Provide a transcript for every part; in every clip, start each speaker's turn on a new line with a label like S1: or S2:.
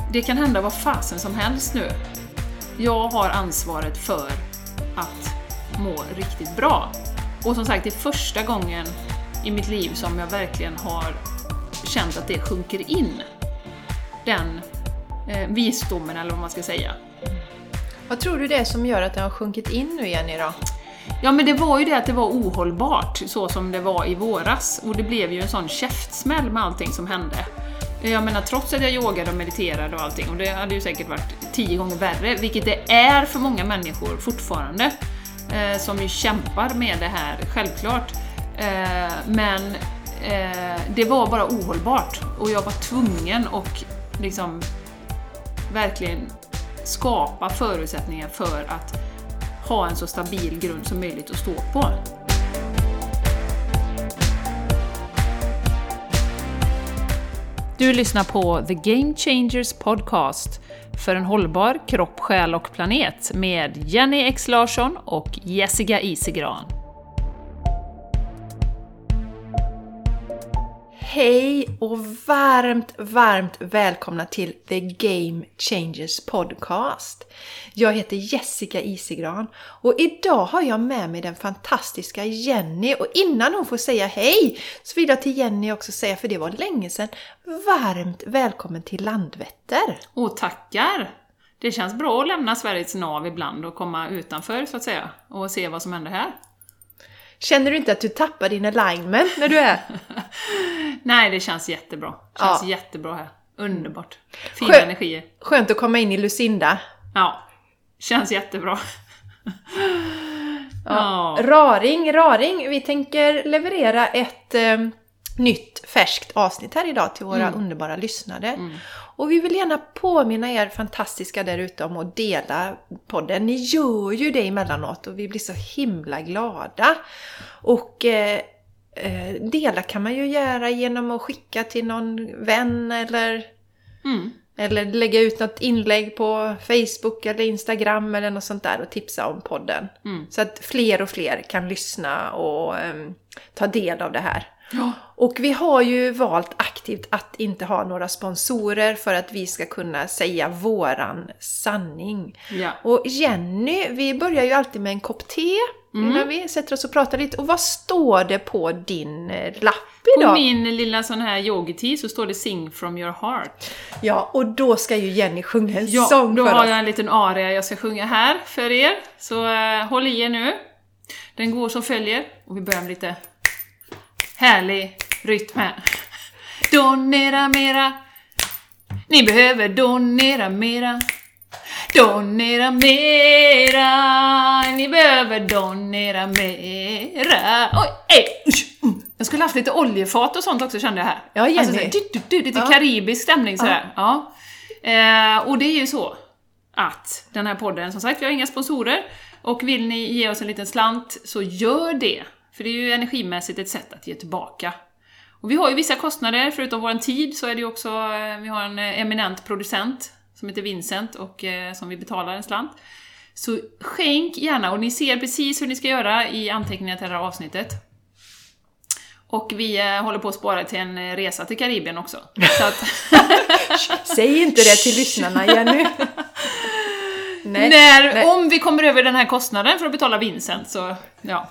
S1: det kan hända vad fasen som helst nu. Jag har ansvaret för att må riktigt bra. Och som sagt, det är första gången i mitt liv som jag verkligen har känt att det sjunker in. Den visdomen, eller vad man ska säga.
S2: Vad tror du det är som gör att det har sjunkit in nu, Jenny, då?
S1: Ja, men det var ju det att det var ohållbart, så som det var i våras. Och det blev ju en sån käftsmäll med allting som hände. Jag menar, trots att jag yogade och mediterade och allting, och det hade ju säkert varit 10 gånger värre, vilket det är för många människor fortfarande, som ju kämpar med det här, självklart. Men det var bara ohållbart, och jag var tvungen att liksom verkligen skapa förutsättningar för att ha en så stabil grund som möjligt att stå på. Du lyssnar på The Game Changers podcast för en hållbar kropp, själ och planet med Jenny X Larsson och Jessica Isigran.
S2: Hej och varmt välkomna till The Game Changers podcast. Jag heter Jessica Isigran och idag har jag med mig den fantastiska Jenny. Och innan hon får säga hej så vill jag till Jenny också säga, för det var länge sedan, varmt välkommen till Landvetter.
S1: Och tackar! Det känns bra att lämna Sveriges nav ibland och komma utanför, så att säga, och se vad som händer här.
S2: Känner du inte att du tappar din alignment när du är?
S1: Nej, det känns jättebra. Det känns jättebra här. Underbart. Fina energier.
S2: Skönt att komma in i Lucinda.
S1: Ja, känns jättebra.
S2: Raring. Vi tänker leverera ett nytt färskt avsnitt här idag till våra underbara lyssnare. Och vi vill gärna påminna er fantastiska där ute om att dela podden. Ni gör ju det emellanåt och vi blir så himla glada. Och dela kan man ju göra genom att skicka till någon vän eller lägga ut något inlägg på Facebook eller Instagram eller något sånt där och tipsa om podden. Så att fler och fler kan lyssna och ta del av det här. Ja. Och vi har ju valt aktivt att inte ha några sponsorer för att vi ska kunna säga våran sanning. Ja. Och Jenny, vi börjar ju alltid med en kopp te innan vi sätter oss och pratar lite. Och vad står det på din lapp idag?
S1: På min lilla sån här yogi-te så står det Sing from your heart.
S2: Ja, och då ska ju Jenny sjunga en sång
S1: då
S2: för
S1: har
S2: oss.
S1: jag en liten aria jag ska sjunga här för er. Så håll i er nu. Den går som följer. Och vi börjar med lite härlig rytm här. Donera mera. Ni behöver donera mera. Donera mera. Ni behöver donera mera. Jag skulle haft lite oljefat och sånt också, kände jag här.
S2: Ja, Jenny.
S1: Alltså, lite karibisk stämning sådär. Ja. Och det är ju så att den här podden, som sagt, vi har inga sponsorer. Och vill ni ge oss en liten slant så gör det. För det är ju energimässigt ett sätt att ge tillbaka. Och vi har ju vissa kostnader, förutom vår tid så är det ju också, vi har en eminent producent som heter Vincent och som vi betalar en slant. Så skänk gärna, och ni ser precis hur ni ska göra i anteckningar till det här avsnittet. Och vi håller på att spara till en resa till Karibien också. Så att
S2: säg inte det till lyssnarna, Jenny.
S1: Nej. Om vi kommer över den här kostnaden för att betala Vincent så, ja.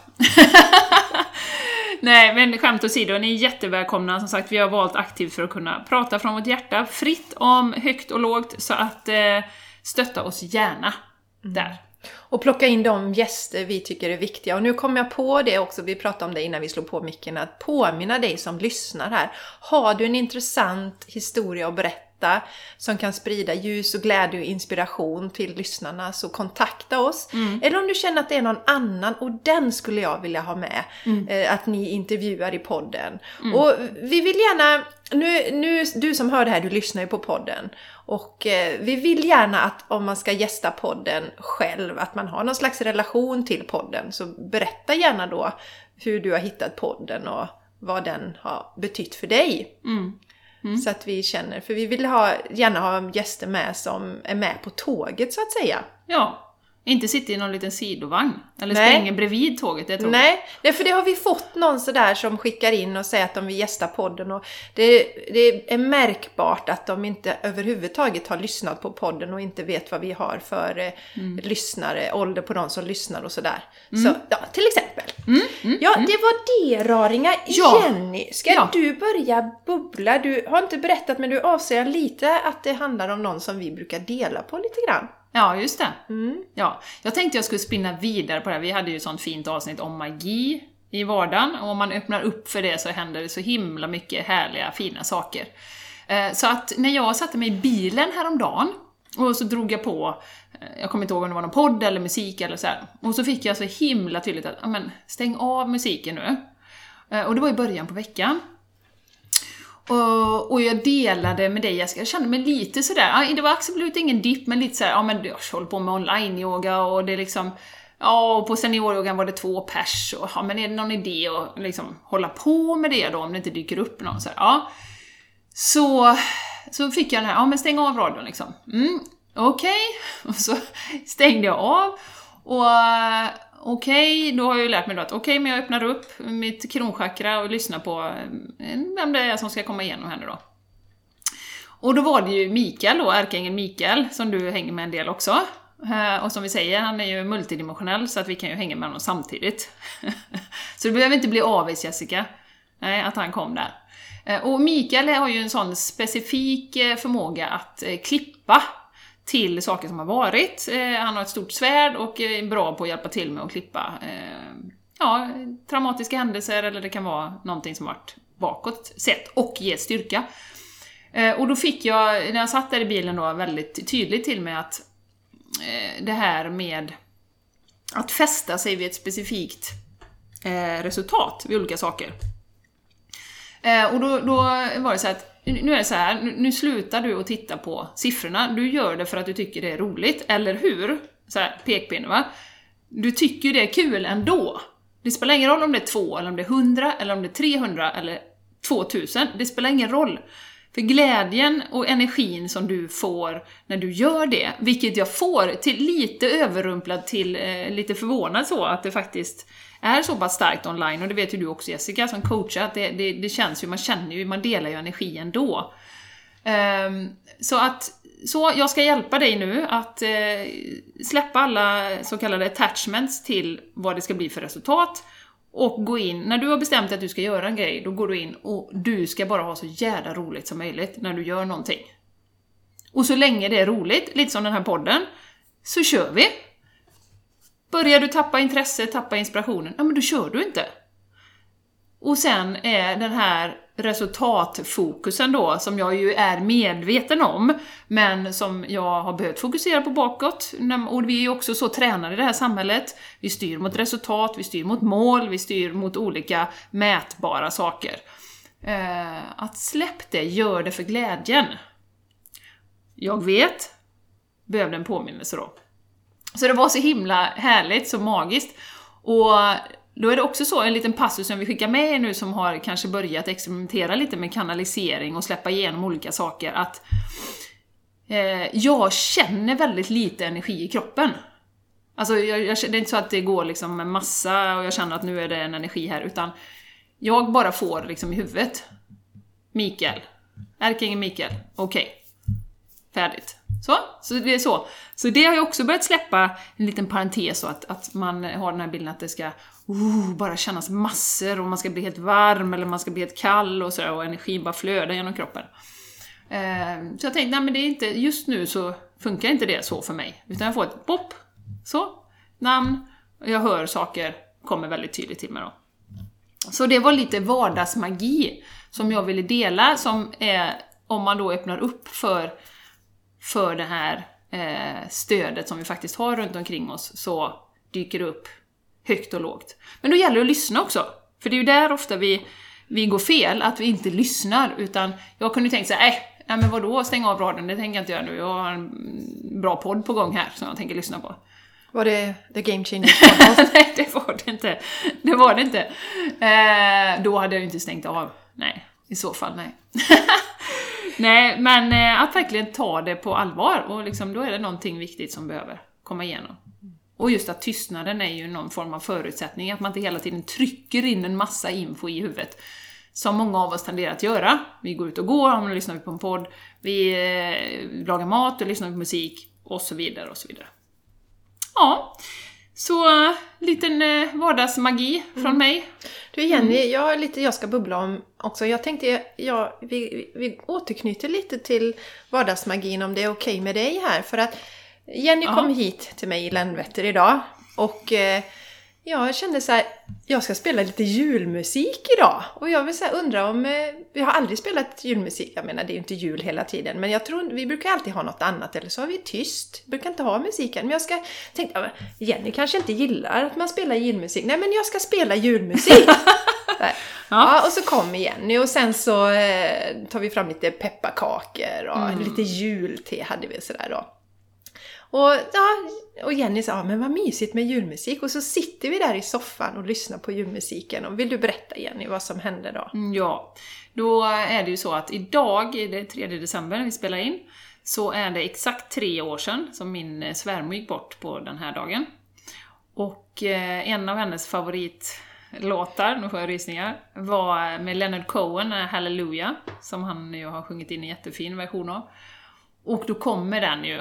S1: Nej, men skämt åsido, ni är jättevälkomna. Som sagt, vi har valt aktivt för att kunna prata från vårt hjärta fritt om högt och lågt, så att stötta oss gärna där.
S2: Och plocka in de gäster vi tycker är viktiga. Och nu kommer jag på det också, vi pratade om det innan vi slog på micken, att påminna dig som lyssnar här. Har du en intressant historia att berätta som kan sprida ljus och glädje och inspiration till lyssnarna, så kontakta oss. Eller om du känner att det är någon annan och den skulle jag vilja ha med, att ni intervjuar i podden. Och vi vill gärna, nu du som hör det här, du lyssnar ju på podden, och vi vill gärna att om man ska gästa podden själv, att man har någon slags relation till podden, så berätta gärna då hur du har hittat podden och vad den har betytt för dig. Så att vi känner, för vi vill gärna ha gäster med som är med på tåget, så att säga.
S1: Ja,
S2: Inte
S1: sitta i någon liten sidovagn. Eller springa bredvid tåget, det är tråkigt.
S2: Nej, för det har vi fått någon sådär som skickar in och säger att de vill gästa podden. Och det är märkbart att de inte överhuvudtaget har lyssnat på podden och inte vet vad vi har för lyssnare, ålder på de som lyssnar och sådär. Så, ja, till exempel. Ja, det var det, raringar.
S1: Ja.
S2: Jenny, ska du börja bubbla? Du har inte berättat, men du avser lite att det handlar om någon som vi brukar dela på lite grann.
S1: Ja, just det. Ja, jag tänkte jag skulle spinna vidare på det här. Vi hade ju sånt fint avsnitt om magi i vardagen. Och om man öppnar upp för det så händer det så himla mycket härliga, fina saker. Så att när jag satte mig i bilen häromdagen och så drog jag på, jag kommer inte ihåg om det var någon podd eller musik eller så här. Och så fick jag så himla tydligt att, stäng av musiken nu. Och det var i början på veckan. Och jag delade med dig, jag kände mig lite sådär, det var absolut ingen dipp, men lite såhär, jag håller på med online-yoga och det är liksom, och på senioryogan var det 2 pers, och men är det någon idé att liksom hålla på med det då, om det inte dyker upp någon så här, så fick jag den här, men stäng av radion liksom. Okej. Och så stängde jag av, och okej, då har jag ju lärt mig då att men jag öppnar upp mitt kronchakra och lyssnar på vem det är som ska komma igenom här nu då. Och då var det ju Mikael då, ärkeängeln Mikael, som du hänger med en del också. Och som vi säger, han är ju multidimensionell, så att vi kan ju hänga med honom samtidigt. Så det behöver inte bli avis, Jessica, att han kom där. Och Mikael har ju en sån specifik förmåga att klippa till saker som har varit. Han har ett stort svärd och är bra på att hjälpa till med att klippa traumatiska händelser, eller det kan vara någonting som varit bakåt sett och ge styrka. Och då fick jag, när jag satt där i bilen då, väldigt tydligt till mig att det här med att fästa sig vid ett specifikt resultat vid olika saker. Och då var det så att nu är det så här, nu slutar du att titta på siffrorna. Du gör det för att du tycker det är roligt, eller hur? Så här, pekpinne, va? Du tycker det är kul ändå. Det spelar ingen roll om det är 2, eller om det är 100, eller om det är 300, eller 2000. Det spelar ingen roll. För glädjen och energin som du får när du gör det, vilket jag får till lite överrumplad till lite förvånad så att det faktiskt är så pass starkt online, och det vet ju du också, Jessica, som coachar, att det känns ju, man känner ju, man delar ju energi ändå. Så jag ska hjälpa dig nu att släppa alla så kallade attachments till vad det ska bli för resultat, och gå in, när du har bestämt att du ska göra en grej, då går du in och du ska bara ha så jävla roligt som möjligt när du gör någonting. Och så länge det är roligt, lite som den här podden, så kör vi. Börjar du tappa intresse, tappa inspirationen, men då kör du inte. Och sen är den här resultatfokusen då, som jag ju är medveten om, men som jag har behövt fokusera på bakåt. Och vi är ju också så tränade i det här samhället. Vi styr mot resultat, vi styr mot mål, vi styr mot olika mätbara saker. Att släpp det, gör det för glädjen. Jag vet, behövde en påminnelse då. Så det var så himla härligt, så magiskt. Och då är det också så, en liten passus som vi skickar med er nu, som har kanske börjat experimentera lite med kanalisering och släppa igenom olika saker, att jag känner väldigt lite energi i kroppen. Alltså det är inte så att det går liksom med massa och jag känner att nu är det en energi här, utan jag bara får liksom i huvudet. Mikael, ärkeängeln Mikael, okej. Färdigt. Så det är så. Så det har jag också börjat släppa en liten parentes, så att man har den här bilden att det ska bara kännas massor, och man ska bli helt varm eller man ska bli helt kall och så, och energin bara flödar genom kroppen. Så jag tänkte, nej, men det är inte, just nu så funkar inte det så för mig, utan jag får ett pop, så, namn, och jag hör saker kommer väldigt tydligt till mig då. Så det var lite vardagsmagi som jag ville dela, som är, om man då öppnar upp för det här stödet som vi faktiskt har runt omkring oss, så dyker det upp högt och lågt. Men då gäller det att lyssna också, för det är ju där ofta vi går fel, att vi inte lyssnar, utan jag kunde tänka så här, men vadå, stäng av radion, det tänker jag inte göra nu, jag har en bra podd på gång här som jag tänker lyssna på.
S2: Var det The Game Changer?
S1: Nej, det var det inte. Då hade jag ju inte stängt av. Nej, i så fall nej. Nej, men att verkligen ta det på allvar, och liksom, då är det någonting viktigt som behöver komma igenom. Och just att tystnaden är ju någon form av förutsättning, att man inte hela tiden trycker in en massa info i huvudet. Som många av oss tenderar att göra. Vi går ut och går, om vi lyssnar på en podd, vi lagar mat och lyssnar på musik och så vidare och så vidare. Ja, så liten vardagsmagi från mig.
S2: Du Jenny, jag ska bubbla om också. Jag tänkte, vi återknyter lite till vardagsmagin om det är okej med dig här. För att Jenny kom hit till mig i Landvetter idag och jag kände så här, jag ska spela lite julmusik idag. Och jag vill så här undra om, vi har aldrig spelat julmusik, jag menar det är ju inte jul hela tiden. Men jag tror, vi brukar alltid ha något annat, eller så har vi tyst. Vi brukar inte ha musiken. Men jag tänkte, Jenny kanske inte gillar att man spelar julmusik. Nej men jag ska spela julmusik. Ja, och så kommer Jenny och sen så tar vi fram lite pepparkakor och lite julte hade vi sådär då. Och Jenny sa, men vad mysigt med julmusik. Och så sitter vi där i soffan och lyssnar på julmusiken. Och vill du berätta, Jenny, vad som hände då?
S1: Ja, då är det ju så att idag, är det 3 december när vi spelar in, så är det exakt 3 år sedan som min svärmor gick bort på den här dagen. Och en av hennes favoritlåtar, nu får jag rysningar, var med Leonard Cohen, Hallelujah, som han ju har sjungit in en jättefin version av. Och då kommer den ju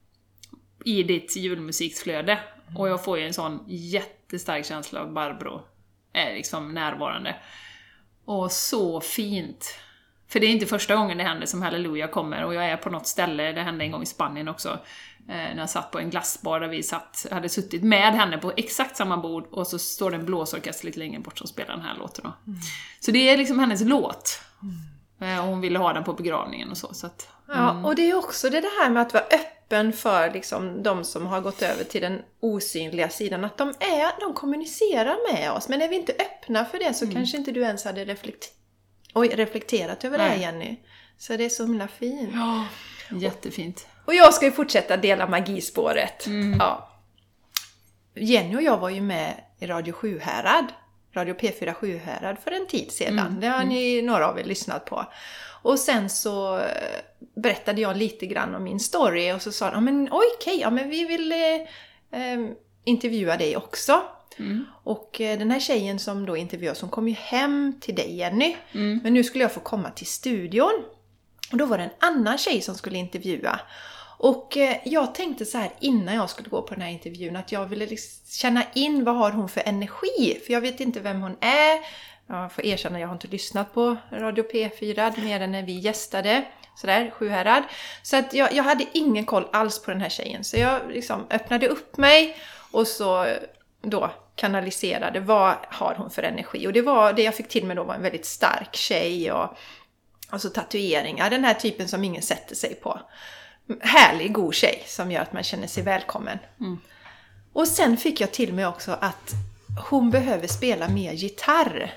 S1: i ditt julmusiksflöde. Och jag får ju en sån jättestark känsla av Barbro är liksom närvarande. Och så fint. För det är inte första gången det händer som Halleluja kommer. Och jag är på något ställe, det hände en gång i Spanien också. När jag satt på en glassbar där vi hade suttit med henne på exakt samma bord. Och så står det en blåsorkester lite längre bort som spelar den här låten. Så det är liksom hennes låt. Och hon ville ha den på begravningen och så att,
S2: Ja, och det är också det här med att vara öppen för liksom de som har gått över till den osynliga sidan. Att de kommunicerar med oss. Men är vi inte öppna för det så kanske inte du ens hade reflekterat över det här, Jenny. Så det är så himla fint.
S1: Ja, jättefint.
S2: Och jag ska ju fortsätta dela magispåret. Ja. Jenny och jag var ju med i Radio Sjuhärad. Radio P4 Sjuhärad för en tid sedan. Det har ni några av er lyssnat på. Och sen så berättade jag lite grann om min story. Och så sa de, men okej, men vi vill intervjua dig också. Och den här tjejen som då intervjuade, som kom ju hem till dig, Jenny. Men nu skulle jag få komma till studion. Och då var det en annan tjej som skulle intervjua. Och jag tänkte så här innan jag skulle gå på den här intervjun att jag ville känna in vad har hon för energi. För jag vet inte vem hon är. Jag får erkänna, jag har inte lyssnat på Radio P4 mer än när vi gästade sådär, Sjuhärad. Så att jag hade ingen koll alls på den här tjejen. Så jag liksom öppnade upp mig och så då kanaliserade vad har hon för energi. Och det jag fick till mig då var en väldigt stark tjej och så tatueringar. Den här typen som ingen sätter sig på. Härlig, god tjej som gör att man känner sig välkommen. Och sen fick jag till mig också att hon behöver spela mer gitarr.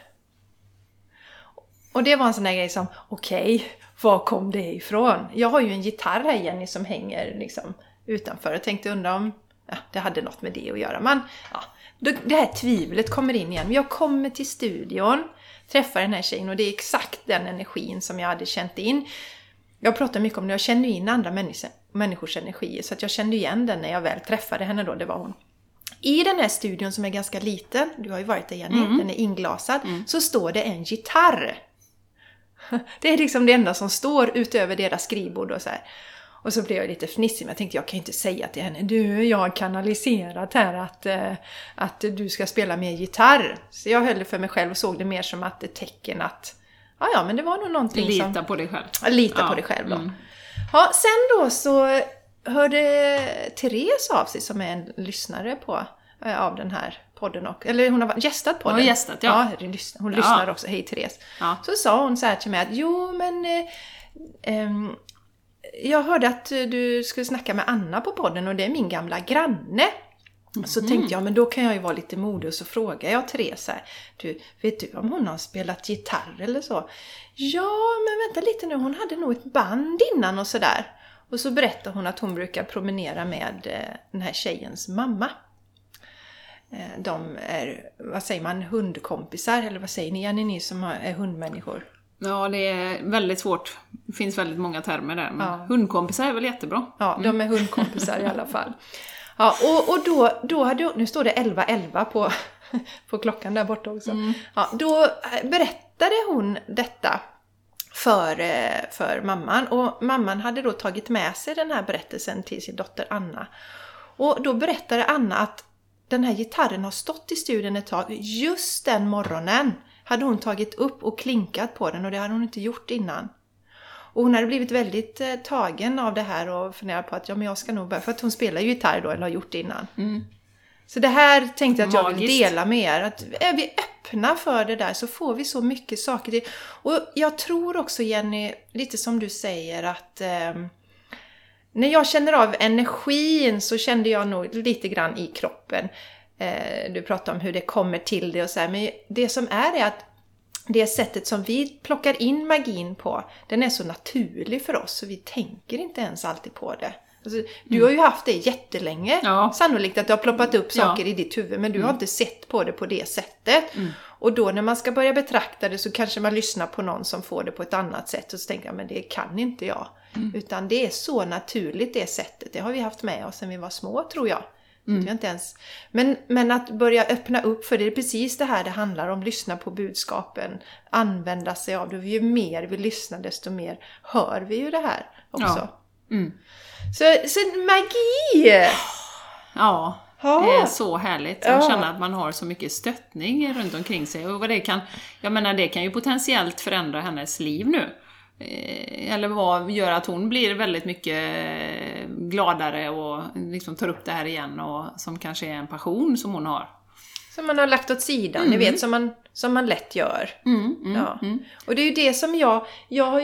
S2: Och det var en sån här grej som, okej, var kom det ifrån? Jag har ju en gitarr här, Jenny, som hänger liksom utanför. Jag tänkte undra om det hade något med det att göra. Men det här tvivlet kommer in igen. Jag kommer till studion, träffar den här tjejen och det är exakt den energin som jag hade känt in. Jag pratar mycket om det, jag känner in andra människors energier. Så att jag kände igen den när jag väl träffade henne då, det var hon. I den här studion som är ganska liten, du har ju varit där, Jenny, den är inglasad, så står det en gitarr. Det är liksom det enda som står utöver deras skrivbord och så här. Och så blev jag lite fnissig, men jag tänkte jag kan inte säga till henne, jag har kanaliserat här att du ska spela mer gitarr. Så jag höll det för mig själv och såg det mer som att ett tecken att ja, men det var nog någonting
S1: lita
S2: som...
S1: Lita på dig själv.
S2: Lita på dig själv då. Ja, sen då så hörde Therese av sig som är en lyssnare av den här podden. Eller hon har gästat podden.
S1: Hon har gästat, ja.
S2: Hon lyssnar också. Hej Therese. Ja. Så sa hon så här till mig att jag hörde att du skulle snacka med Anna på podden och det är min gamla granne. Så tänkte jag, men då kan jag ju vara lite modig och så frågar jag Therese här. Vet du om hon har spelat gitarr eller så? Ja, men vänta lite nu, hon hade nog ett band innan och sådär. Och så berättar hon att hon brukar promenera med den här tjejens mamma. De är, vad säger man, hundkompisar? Eller vad säger ni? Är ni som är hundmänniskor?
S1: Ja, det är väldigt svårt. Det finns väldigt många termer där. Men hundkompisar är väl jättebra.
S2: Ja, de är hundkompisar i alla fall. Ja, och då hade nu står det 11:11 på klockan där borta också. Ja, då berättade hon detta för mamman. Och mamman hade då tagit med sig den här berättelsen till sin dotter Anna. Och då berättade Anna att den här gitarren har stått i studion ett tag. Just den morgonen hade hon tagit upp och klinkat på den, och det hade hon inte gjort innan. Och hon hade blivit väldigt tagen av det här och funderat på att men jag ska nog börja, för att hon spelar ju gitarr då, eller har gjort det innan. Så det här tänkte jag att jag vill dela med er, att är vi öppna för det där så får vi så mycket saker till. Och jag tror också, Jenny, lite som du säger, att när jag känner av energin så kände jag nog lite grann i kroppen. Du pratar om hur det kommer till det och så här, men det som är att det sättet som vi plockar in magin på, den är så naturlig för oss så vi tänker inte ens alltid på det. Alltså, du har ju haft det jättelänge. Ja. Sannolikt att det har ploppat upp saker i ditt huvud, men du har inte sett på det på det sättet. Och då när man ska börja betrakta det så kanske man lyssnar på någon som får det på ett annat sätt och så tänker jag, men det kan inte jag. Utan det är så naturligt, det sättet. Det har vi haft med oss sedan vi var små, tror jag. Inte ens. Men att börja öppna upp för det är precis det här det handlar om. Lyssna på budskapen. Använda sig av det. Ju mer vi lyssnar desto mer hör vi ju det här också. Ja. Så magi!
S1: Ja, det är så härligt. Jag känner att man har så mycket stöttning runt omkring sig. Och vad det kan, jag menar, det kan ju potentiellt förändra hennes liv nu. Eller vad gör att hon blir väldigt mycket gladare och liksom tar upp det här igen, och som kanske är en passion som hon har. Som man har lagt åt sidan, ni vet, som man lätt gör. Och det är ju det som jag har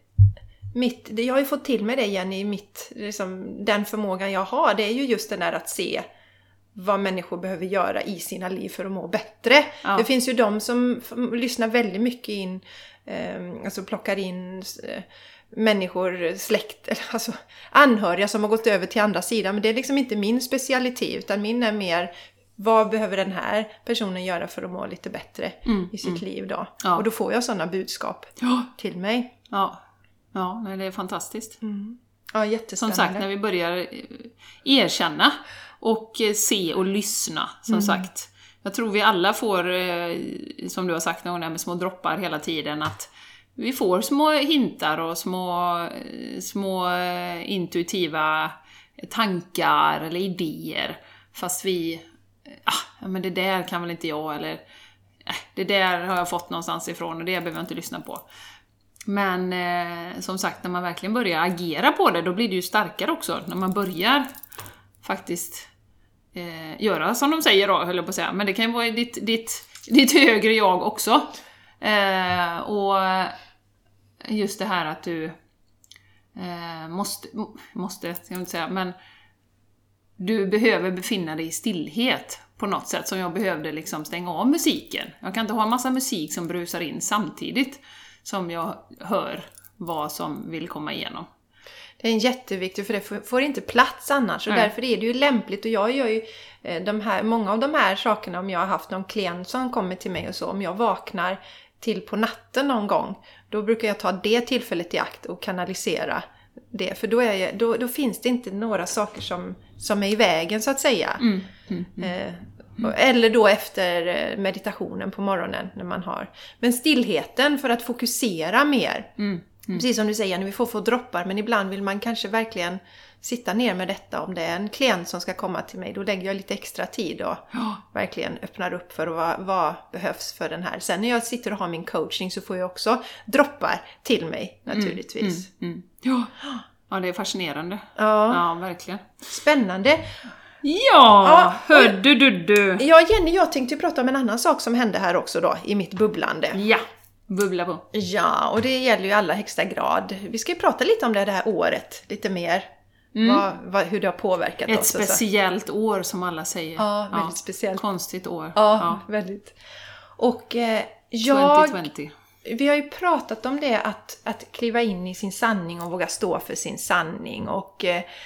S1: ju fått till mig det, Jenny, liksom, den förmågan jag har, det är ju just den där att se vad människor behöver göra i sina liv för att må bättre. Det finns ju de som lyssnar väldigt mycket in, alltså plockar in människor, släkt, alltså anhöriga som har gått över till andra sidan. Men det är liksom inte min specialitet, utan min är mer, vad behöver den här personen göra för att må lite bättre i sitt liv då? Och då får jag sådana budskap till mig. Ja, det är fantastiskt. Ja, jättespännande. Som sagt, när vi börjar erkänna och se och lyssna, som sagt. Jag tror vi alla får, som du har sagt någon där med små droppar hela tiden, att vi får små hintar och små intuitiva tankar eller idéer. Fast vi, men det där kan väl inte jag, eller det där har jag fått någonstans ifrån och det behöver jag inte lyssna på. Men som sagt, när man verkligen börjar agera på det, då blir det ju starkare också. När man börjar faktiskt göra som de säger då, höll jag på att säga. Men det kan ju vara ditt högre jag också. Och just det här att du måste, ska jag inte säga, men du behöver befinna dig i stillhet på något sätt, som jag behövde liksom stänga av musiken. Jag kan inte ha en massa musik som brusar in samtidigt som jag hör vad som vill komma igenom. Det är jätteviktigt, för det får inte plats annars. Och därför är det ju lämpligt. Och jag gör ju många av de här sakerna, om jag har haft någon klient som kommer till mig och så. Om jag vaknar till på natten någon gång, då brukar jag ta det tillfället i akt och kanalisera det. För då finns det inte några saker som är i vägen, så att säga. Eller då efter meditationen på morgonen när man har. Men stillheten för att fokusera mer. Precis som du säger, när vi får droppar, men ibland vill man kanske verkligen sitta ner med detta. Om det är en klient som ska komma till mig, då lägger jag lite extra tid och verkligen öppnar upp för vad behövs för den här. Sen när jag sitter och har min coaching så får jag också droppar till mig, naturligtvis. Ja, det är fascinerande. Ja, verkligen. Spännande. Ja, hörde du. Ja, Jenny, jag tänkte prata om en annan sak som hände här också då, i mitt bubblande. Ja, bubbla på. Ja, och det gäller ju alla högsta grad. Vi ska ju prata lite om det här året, lite mer. Hur det har påverkat oss. Ett speciellt år, som alla säger. Ja, väldigt speciellt. Konstigt år. Ja, väldigt. Och 2020. Vi har ju pratat om det, att kliva in i sin sanning och våga stå för sin sanning. Och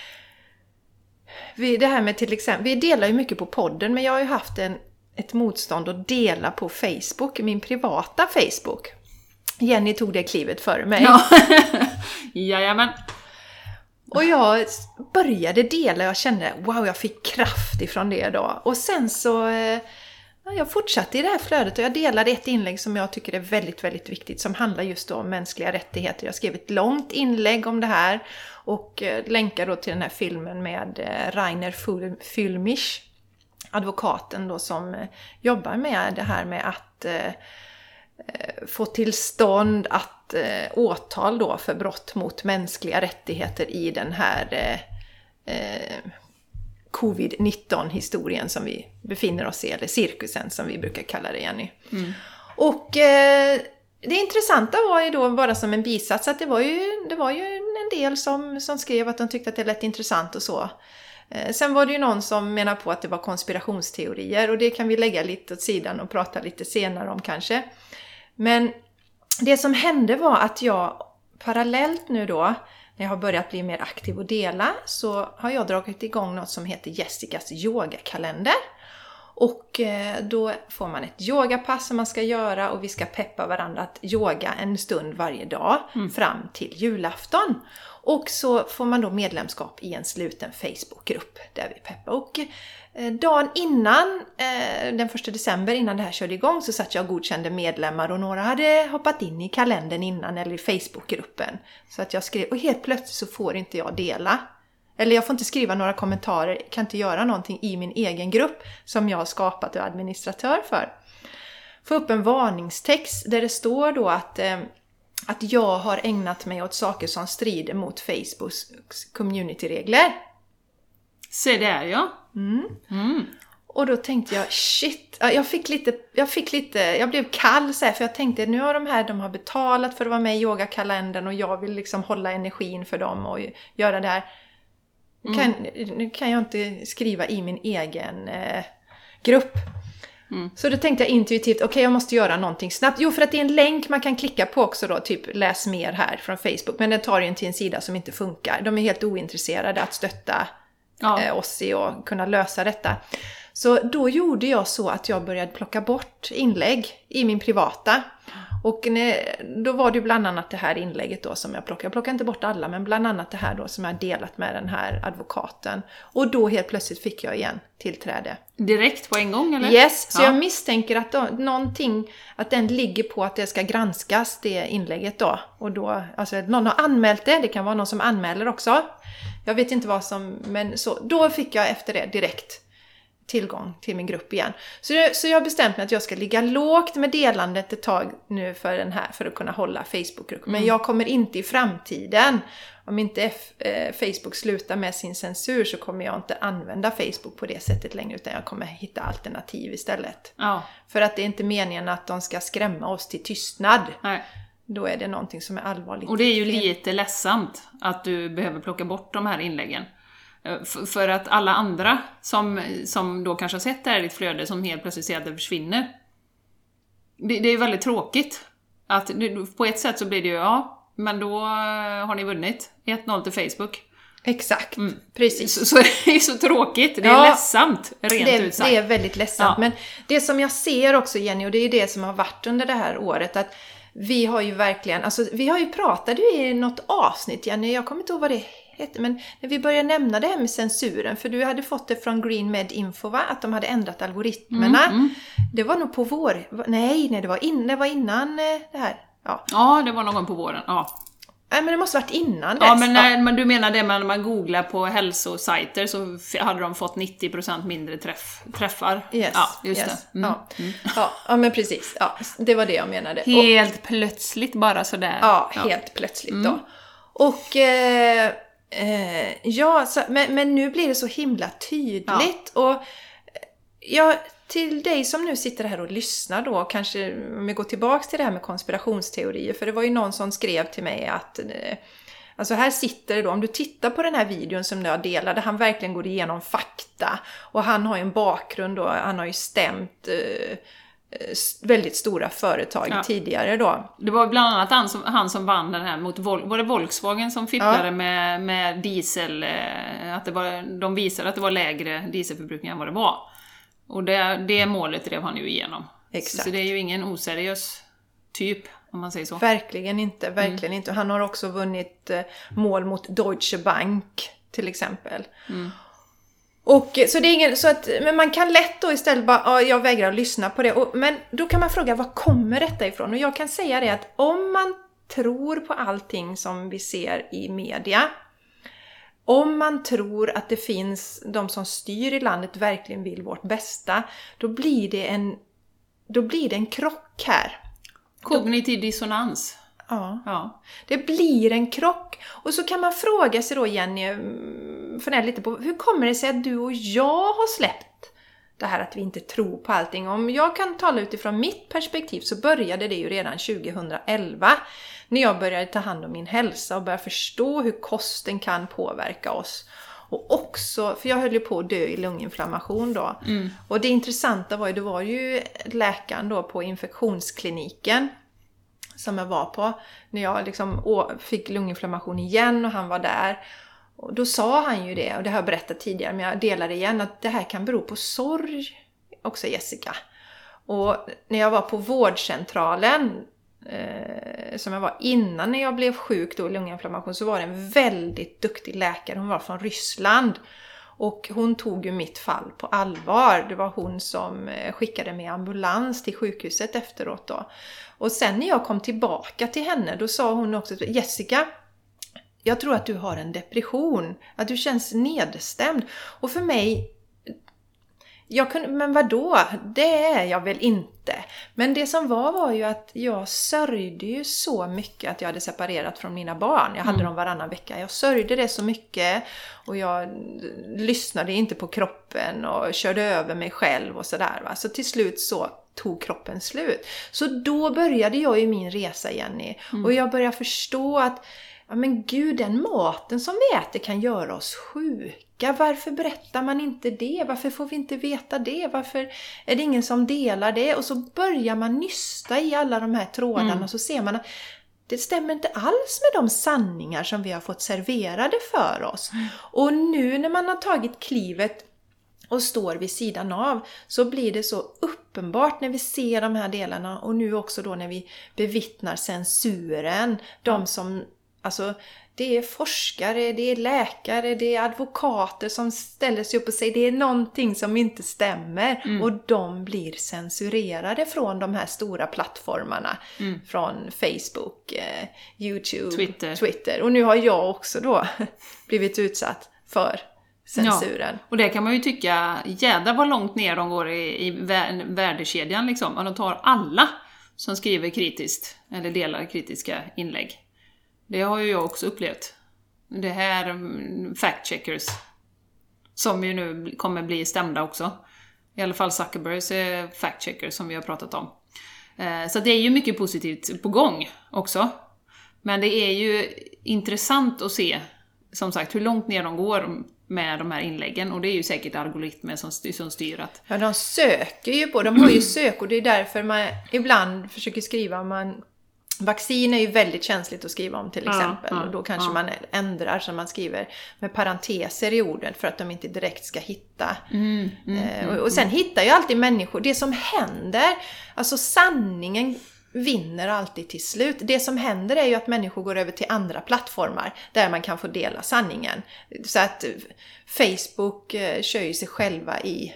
S1: det här med till exempel, vi delar ju mycket på podden, men jag har ju haft ett motstånd att dela på Facebook, min privata Facebook. Jenny tog det klivet före mig. Ja. Jajamän.
S2: Och jag började dela, jag kände wow, jag fick kraft ifrån det då. Och sen så jag fortsatte i det här flödet och jag delade ett inlägg som jag tycker är väldigt, väldigt viktigt, som handlar just då om mänskliga rättigheter. Jag skrev ett långt inlägg om det här och länkar då till den här filmen med Rainer Füllmich, advokaten då som jobbar med det här med att få till stånd att åtal då för brott mot mänskliga rättigheter i den här covid-19-historien som vi befinner oss i, eller cirkusen som vi brukar kalla det, Jenny. Och det intressanta var ju då bara som en bisats att det var ju en del som skrev att de tyckte att det lät intressant och så. Sen var det ju någon som menar på att det var konspirationsteorier, och det kan vi lägga lite åt sidan och prata lite senare om kanske. Men det som hände var att jag parallellt nu då, när jag har börjat bli mer aktiv och dela, så har jag dragit igång något som heter Jessicas yogakalender. Och då får man ett yogapass som man ska göra, och vi ska peppa varandra att yoga en stund varje dag fram till julafton. Och så får man då medlemskap i en sluten Facebookgrupp där vi peppar. Och dagen innan, den 1 december innan det här körde igång, så satt jag och godkände medlemmar, och några hade hoppat in i kalendern innan eller i Facebookgruppen. Så att jag skrev, och helt plötsligt så får inte jag dela. Eller jag får inte skriva några kommentarer, kan inte göra någonting i min egen grupp som jag har skapat och är administratör för. Få upp en varningstext där det står då att jag har ägnat mig åt saker som strider mot Facebooks communityregler.
S1: Se där, ja.
S2: Och då tänkte jag, shit, jag blev kall så här, för jag tänkte, nu har de har betalat för att vara med i yogakalendern och jag vill liksom hålla energin för dem och göra det här. Nu kan jag inte skriva i min egen grupp. Så då tänkte jag intuitivt, okej, jag måste göra någonting snabbt. Jo, för att det är en länk man kan klicka på också då, typ läs mer här från Facebook. Men den tar ju till en sida som inte funkar. De är helt ointresserade att stötta oss i att kunna lösa detta. Så då gjorde jag så att jag började plocka bort inlägg i min privata. Och då var det ju bland annat det här inlägget då som jag plockade inte bort alla, men bland annat det här då som jag delat med den här advokaten. Och då helt plötsligt fick jag igen tillträde.
S1: Direkt på en gång, eller?
S2: Yes, så jag misstänker att att den ligger på att det ska granskas, det inlägget då. Och då, alltså någon har anmält det kan vara någon som anmäler också. Jag vet inte vad som, men så. Då fick jag efter det direkt tillgång till min grupp igen. Så jag har bestämt mig att jag ska ligga lågt med delandet ett tag nu för att kunna hålla Facebookgruppen. Men jag kommer inte i framtiden, om inte Facebook slutar med sin censur, så kommer jag inte använda Facebook på det sättet längre, utan jag kommer hitta alternativ istället.
S1: Ja.
S2: För att det är inte meningen att de ska skrämma oss till tystnad.
S1: Nej.
S2: Då är det någonting som är allvarligt.
S1: Och det är ju lite ledsamt att du behöver plocka bort de här inläggen. För att alla andra som då kanske har sett det här i ditt flöde, som helt plötsligt ser att det försvinner. Det är ju väldigt tråkigt. Att på ett sätt så blir det ju, men då har ni vunnit 1-0 till Facebook.
S2: Exakt, precis.
S1: Så det är så tråkigt, det är ledsamt, rent ut sagt.
S2: Det är väldigt ledsamt, men det som jag ser också, Jenny, och det är det som har varit under det här året, att vi har ju verkligen, alltså vi har ju pratat i något avsnitt, Jenny, jag kommer inte ihåg vad det hette, men när vi började nämna det här med censuren, för du hade fått det från Green Med Info, va? Att de hade ändrat algoritmerna. Det var nog på Nej, det var innan det här.
S1: Ja, det var någon gång på våren,
S2: Nej, men det måste varit innan dess.
S1: Ja, men du menar det, när man googlar på hälsosajter så hade de fått 90% mindre träffar.
S2: Yes,
S1: ja, just
S2: yes.
S1: det.
S2: Ja, men precis. Ja, det var det jag menade.
S1: Helt plötsligt bara sådär.
S2: Ja, helt plötsligt då. Och men nu blir det så himla tydligt. Och till dig som nu sitter här och lyssnar då, kanske om vi går tillbaks till det här med konspirationsteorier, för det var ju någon som skrev till mig att alltså här sitter det då, om du tittar på den här videon som jag delade, han verkligen går igenom fakta, och han har ju en bakgrund då, han har ju stämt väldigt stora företag tidigare då. Det var bland annat han som vann den här mot var det Volkswagen som fipplade med diesel, att de visade att det var lägre dieselförbrukning än vad det var. Och det målet drev han ju igenom. Exakt. Så det är ju ingen oseriös typ.
S1: om man säger så.
S2: Verkligen inte. Han har också vunnit mål mot Deutsche Bank till exempel. Och så det är ingen, så att, men man kan lätt då istället bara, jag vägrar att lyssna på det. Men då kan man fråga, var kommer detta ifrån? Och jag kan säga det att om man tror på allting som vi ser i media, om man tror att det finns de som styr i landet verkligen vill vårt bästa, då blir det en krock här.
S1: Kognitiv dissonans.
S2: Ja. Det blir en krock. Och så kan man fråga sig då, Jenny, fundera lite på, hur kommer det sig att du och jag har släppt det här att vi inte tror på allting? Om jag kan tala utifrån mitt perspektiv så började det ju redan 2011 när jag började ta hand om min hälsa och började förstå hur kosten kan påverka oss. Och också, för jag höll ju på att dö i lunginflammation då. Och det intressanta var ju, det var ju läkaren då på infektionskliniken som jag var på, när jag liksom fick lunginflammation igen och han var där. Och då sa han ju det, och det har jag berättat tidigare men jag delar det igen, att det här kan bero på sorg också, Jessica. Och när jag var på vårdcentralen som jag var innan när jag blev sjuk då i lunginflammation, så var det en väldigt duktig läkare. Hon var från Ryssland. Och hon tog ju mitt fall på allvar. Det var hon som skickade mig ambulans till sjukhuset efteråt då. Och sen när jag kom tillbaka till henne, då sa hon också, Jessica, jag tror att du har en depression. Att du känns nedstämd. Och för mig, men vadå? Det är jag väl inte. Men det som var ju att jag sörjde ju så mycket att jag hade separerat från mina barn. Jag hade dem varannan vecka. Jag sörjde det så mycket. Och jag lyssnade inte på kroppen och körde över mig själv och sådär. Va? Så till slut så tog kroppen slut. Så då började jag ju min resa, Jenny. Och jag började förstå att, ja men gud, den maten som vi äter kan göra oss sjuka. Varför berättar man inte det? Varför får vi inte veta det? Varför är det ingen som delar det? Och så börjar man nysta i alla de här trådarna och så ser man att det stämmer inte alls med de sanningar som vi har fått serverade för oss. Och nu när man har tagit klivet och står vid sidan av, så blir det så uppenbart när vi ser de här delarna, och nu också då när vi bevittnar censuren. De som, alltså det är forskare, det är läkare, det är advokater som ställer sig upp och säger det är någonting som inte stämmer. Och de blir censurerade från de här stora plattformarna. Från Facebook, YouTube, Twitter. Och nu har jag också då blivit utsatt för censuren.
S1: Ja, och det kan man ju tycka, jädrar vad långt ner de går i värdekedjan liksom. Och de tar alla som skriver kritiskt eller delar kritiska inlägg. Det har ju jag också upplevt. Det här fact-checkers som ju nu kommer bli stämda också. I alla fall Zuckerbergs fact-checkers som vi har pratat om. Så det är ju mycket positivt på gång också. Men det är ju intressant att se, som sagt, hur långt ner de går med de här inläggen. Och det är ju säkert algoritmer som styr att...
S2: Ja, de söker ju på, de har ju sök, och det är därför man ibland försöker skriva vaccin är ju väldigt känsligt att skriva om till exempel. Och då kanske man ändrar så man skriver med parenteser i orden för att de inte direkt ska hitta. Och sen hittar ju alltid människor. Det som händer, alltså sanningen vinner alltid till slut. Det som händer är ju att människor går över till andra plattformar där man kan få dela sanningen. Så att Facebook kör ju sig själva i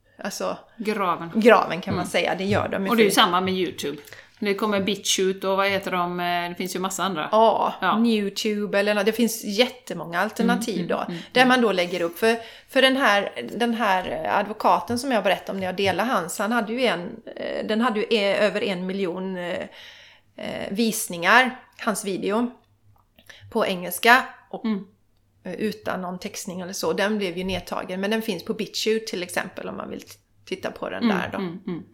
S2: graven kan man säga. Det gör de.
S1: Och det är ju samma med YouTube. Det kommer BitChute och vad heter de? Det finns ju massa andra.
S2: Ja. YouTube eller det finns jättemånga alternativ då. Där man då lägger upp. För den här advokaten som jag berättade om när jag delade hans. Den hade ju över 1 miljon visningar. Hans video. På engelska. Och utan någon textning eller så. Den blev ju nedtagen. Men den finns på BitChute till exempel om man vill titta på den där då.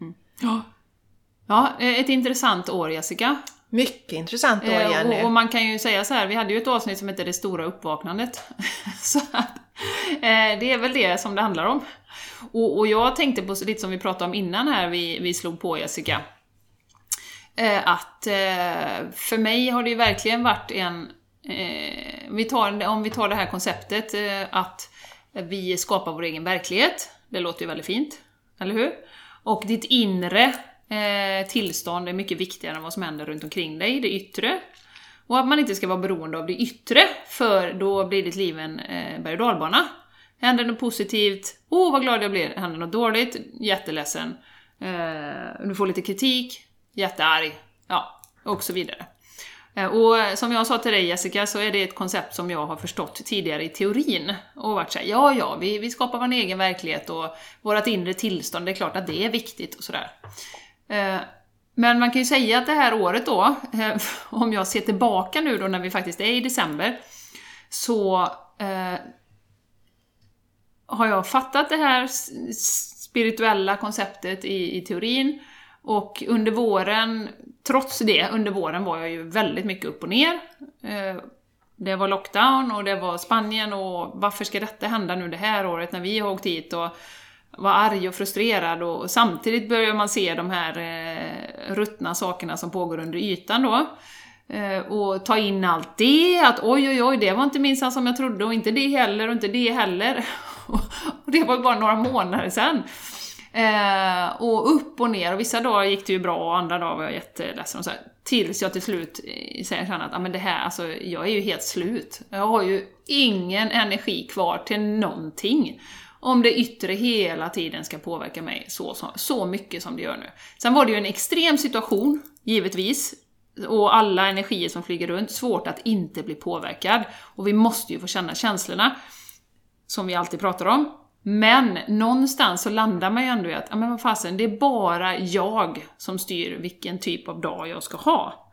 S1: Ja, ett intressant år, Jessica.
S2: Mycket intressant år, Jenny.
S1: Och man kan ju säga så här, vi hade ju ett avsnitt som heter Det stora uppvaknandet. Så att, det är väl det som det handlar om. Och jag tänkte på lite som vi pratade om innan här, vi slog på, Jessica. Att för mig har det ju verkligen varit om vi tar det här konceptet att vi skapar vår egen verklighet. Det låter ju väldigt fint, eller hur? Och ditt inre tillstånd är mycket viktigare än vad som händer runt omkring dig, det yttre. Och att man inte ska vara beroende av det yttre, för då blir ditt liv en berg- och dalbana. Händer något positivt, vad glad jag blir. Händer något dåligt, jätteledsen. Du får lite kritik, jättearg. Ja, och så vidare. Och som jag sa till dig, Jessica, så är det ett koncept som jag har förstått tidigare i teorin. Och varit såhär, vi skapar vår egen verklighet och vårt inre tillstånd, det är klart att det är viktigt och sådär. Men man kan ju säga att det här året då, om jag ser tillbaka nu då när vi faktiskt är i december, så har jag fattat det här spirituella konceptet i teorin. Och under våren, trots det, under våren var jag ju väldigt mycket upp och ner. Det var lockdown och det var Spanien och varför ska detta hända nu det här året när vi har åkt hit, och var arg och frustrerad, och samtidigt börjar man se de här ruttna sakerna som pågår under ytan då. Och ta in allt det, att oj, det var inte minst som jag trodde, och inte det heller, och inte det heller. Och det var bara några månader sedan. Och upp och ner, och vissa dagar gick det ju bra och andra dagar var jag jätteledsen och så här, tills jag till slut säger att men det här, alltså, jag är ju helt slut. Jag har ju ingen energi kvar till någonting om det yttre hela tiden ska påverka mig så mycket som det gör nu. Sen var det ju en extrem situation, givetvis, och alla energier som flyger runt, svårt att inte bli påverkad, och vi måste ju få känna känslorna som vi alltid pratar om. Men någonstans så landar man ju ändå i att men vad fasen, det är bara jag som styr vilken typ av dag jag ska ha.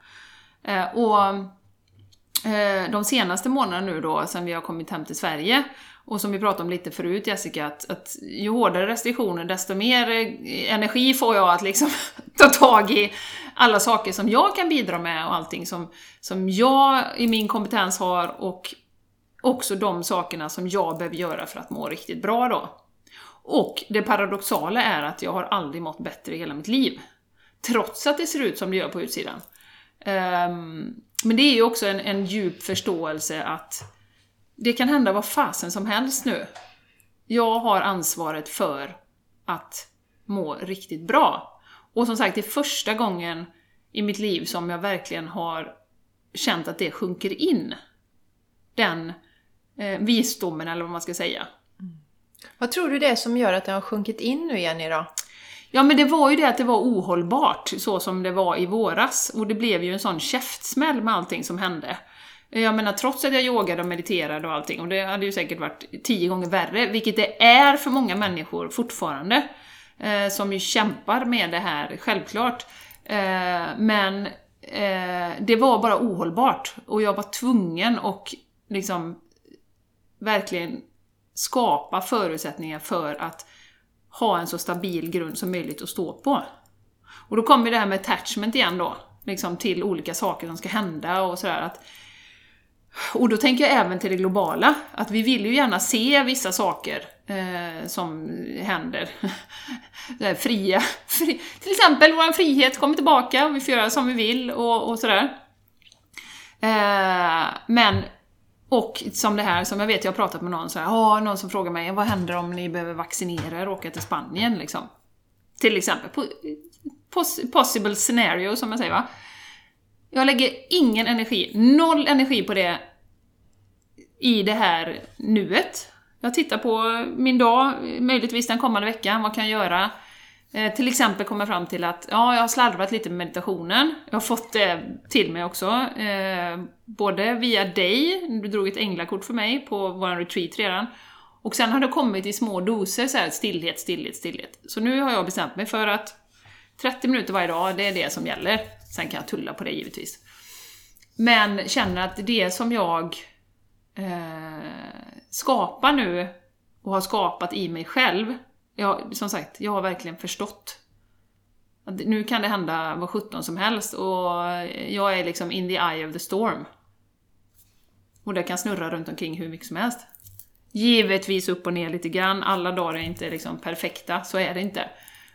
S1: De senaste månaderna nu då, sen vi har kommit hem till Sverige, och som vi pratade om lite förut, Jessica, att ju hårdare restriktioner, desto mer energi får jag att liksom ta tag i alla saker som jag kan bidra med, och allting som jag i min kompetens har, och också de sakerna som jag behöver göra för att må riktigt bra då. Och det paradoxala är att jag har aldrig mått bättre i hela mitt liv. Trots att det ser ut som det gör på utsidan. Men det är ju också en djup förståelse att det kan hända vad fasen som helst nu. Jag har ansvaret för att må riktigt bra. Och som sagt, det är första gången i mitt liv som jag verkligen har känt att det sjunker in. Den visdomen, eller vad man ska säga.
S2: Vad tror du det är som gör att det har sjunkit in nu igen idag?
S1: Ja, men det var ju det att det var ohållbart, så som det var i våras. Och det blev ju en sån käftsmäll med allting som hände. Jag menar, trots att jag yogade och mediterade och allting, och det hade ju säkert varit 10 gånger värre, vilket det är för många människor fortfarande, som ju kämpar med det här, självklart. Men det var bara ohållbart, och jag var tvungen att liksom verkligen skapa förutsättningar för att ha en så stabil grund som möjligt att stå på. Och då kommer det här med attachment igen då, liksom till olika saker som ska hända och sådär. Och då tänker jag även till det globala, att vi vill ju gärna se vissa saker som händer. Till exempel vår frihet kommer tillbaka och vi får göra som vi vill och sådär. Men och som det här, som jag vet, jag har pratat med någon så här, någon som frågar mig, vad händer om ni behöver vaccinera er och åka till Spanien liksom? Till exempel, possible scenario som jag säger, va? Jag lägger ingen energi, 0 energi på det i det här nuet. Jag tittar på min dag, möjligtvis den kommande veckan, vad kan jag göra? Till exempel kommer jag fram till att jag har slarvat lite med meditationen. Jag har fått det till mig också. Både via dig, du drog ett änglakort för mig på vår retreat redan. Och sen har det kommit i små doser, så här, stillhet. Så nu har jag bestämt mig för att 30 minuter varje dag, det är det som gäller. Sen kan jag tulla på det givetvis. Men känner att det som jag skapar nu och har skapat i mig själv, som sagt, jag har verkligen förstått att nu kan det hända vad 17 som helst, och jag är liksom in the eye of the storm. Och det kan snurra runt omkring hur mycket som helst. Givetvis upp och ner lite grann, alla dagar är inte liksom perfekta, så är det inte.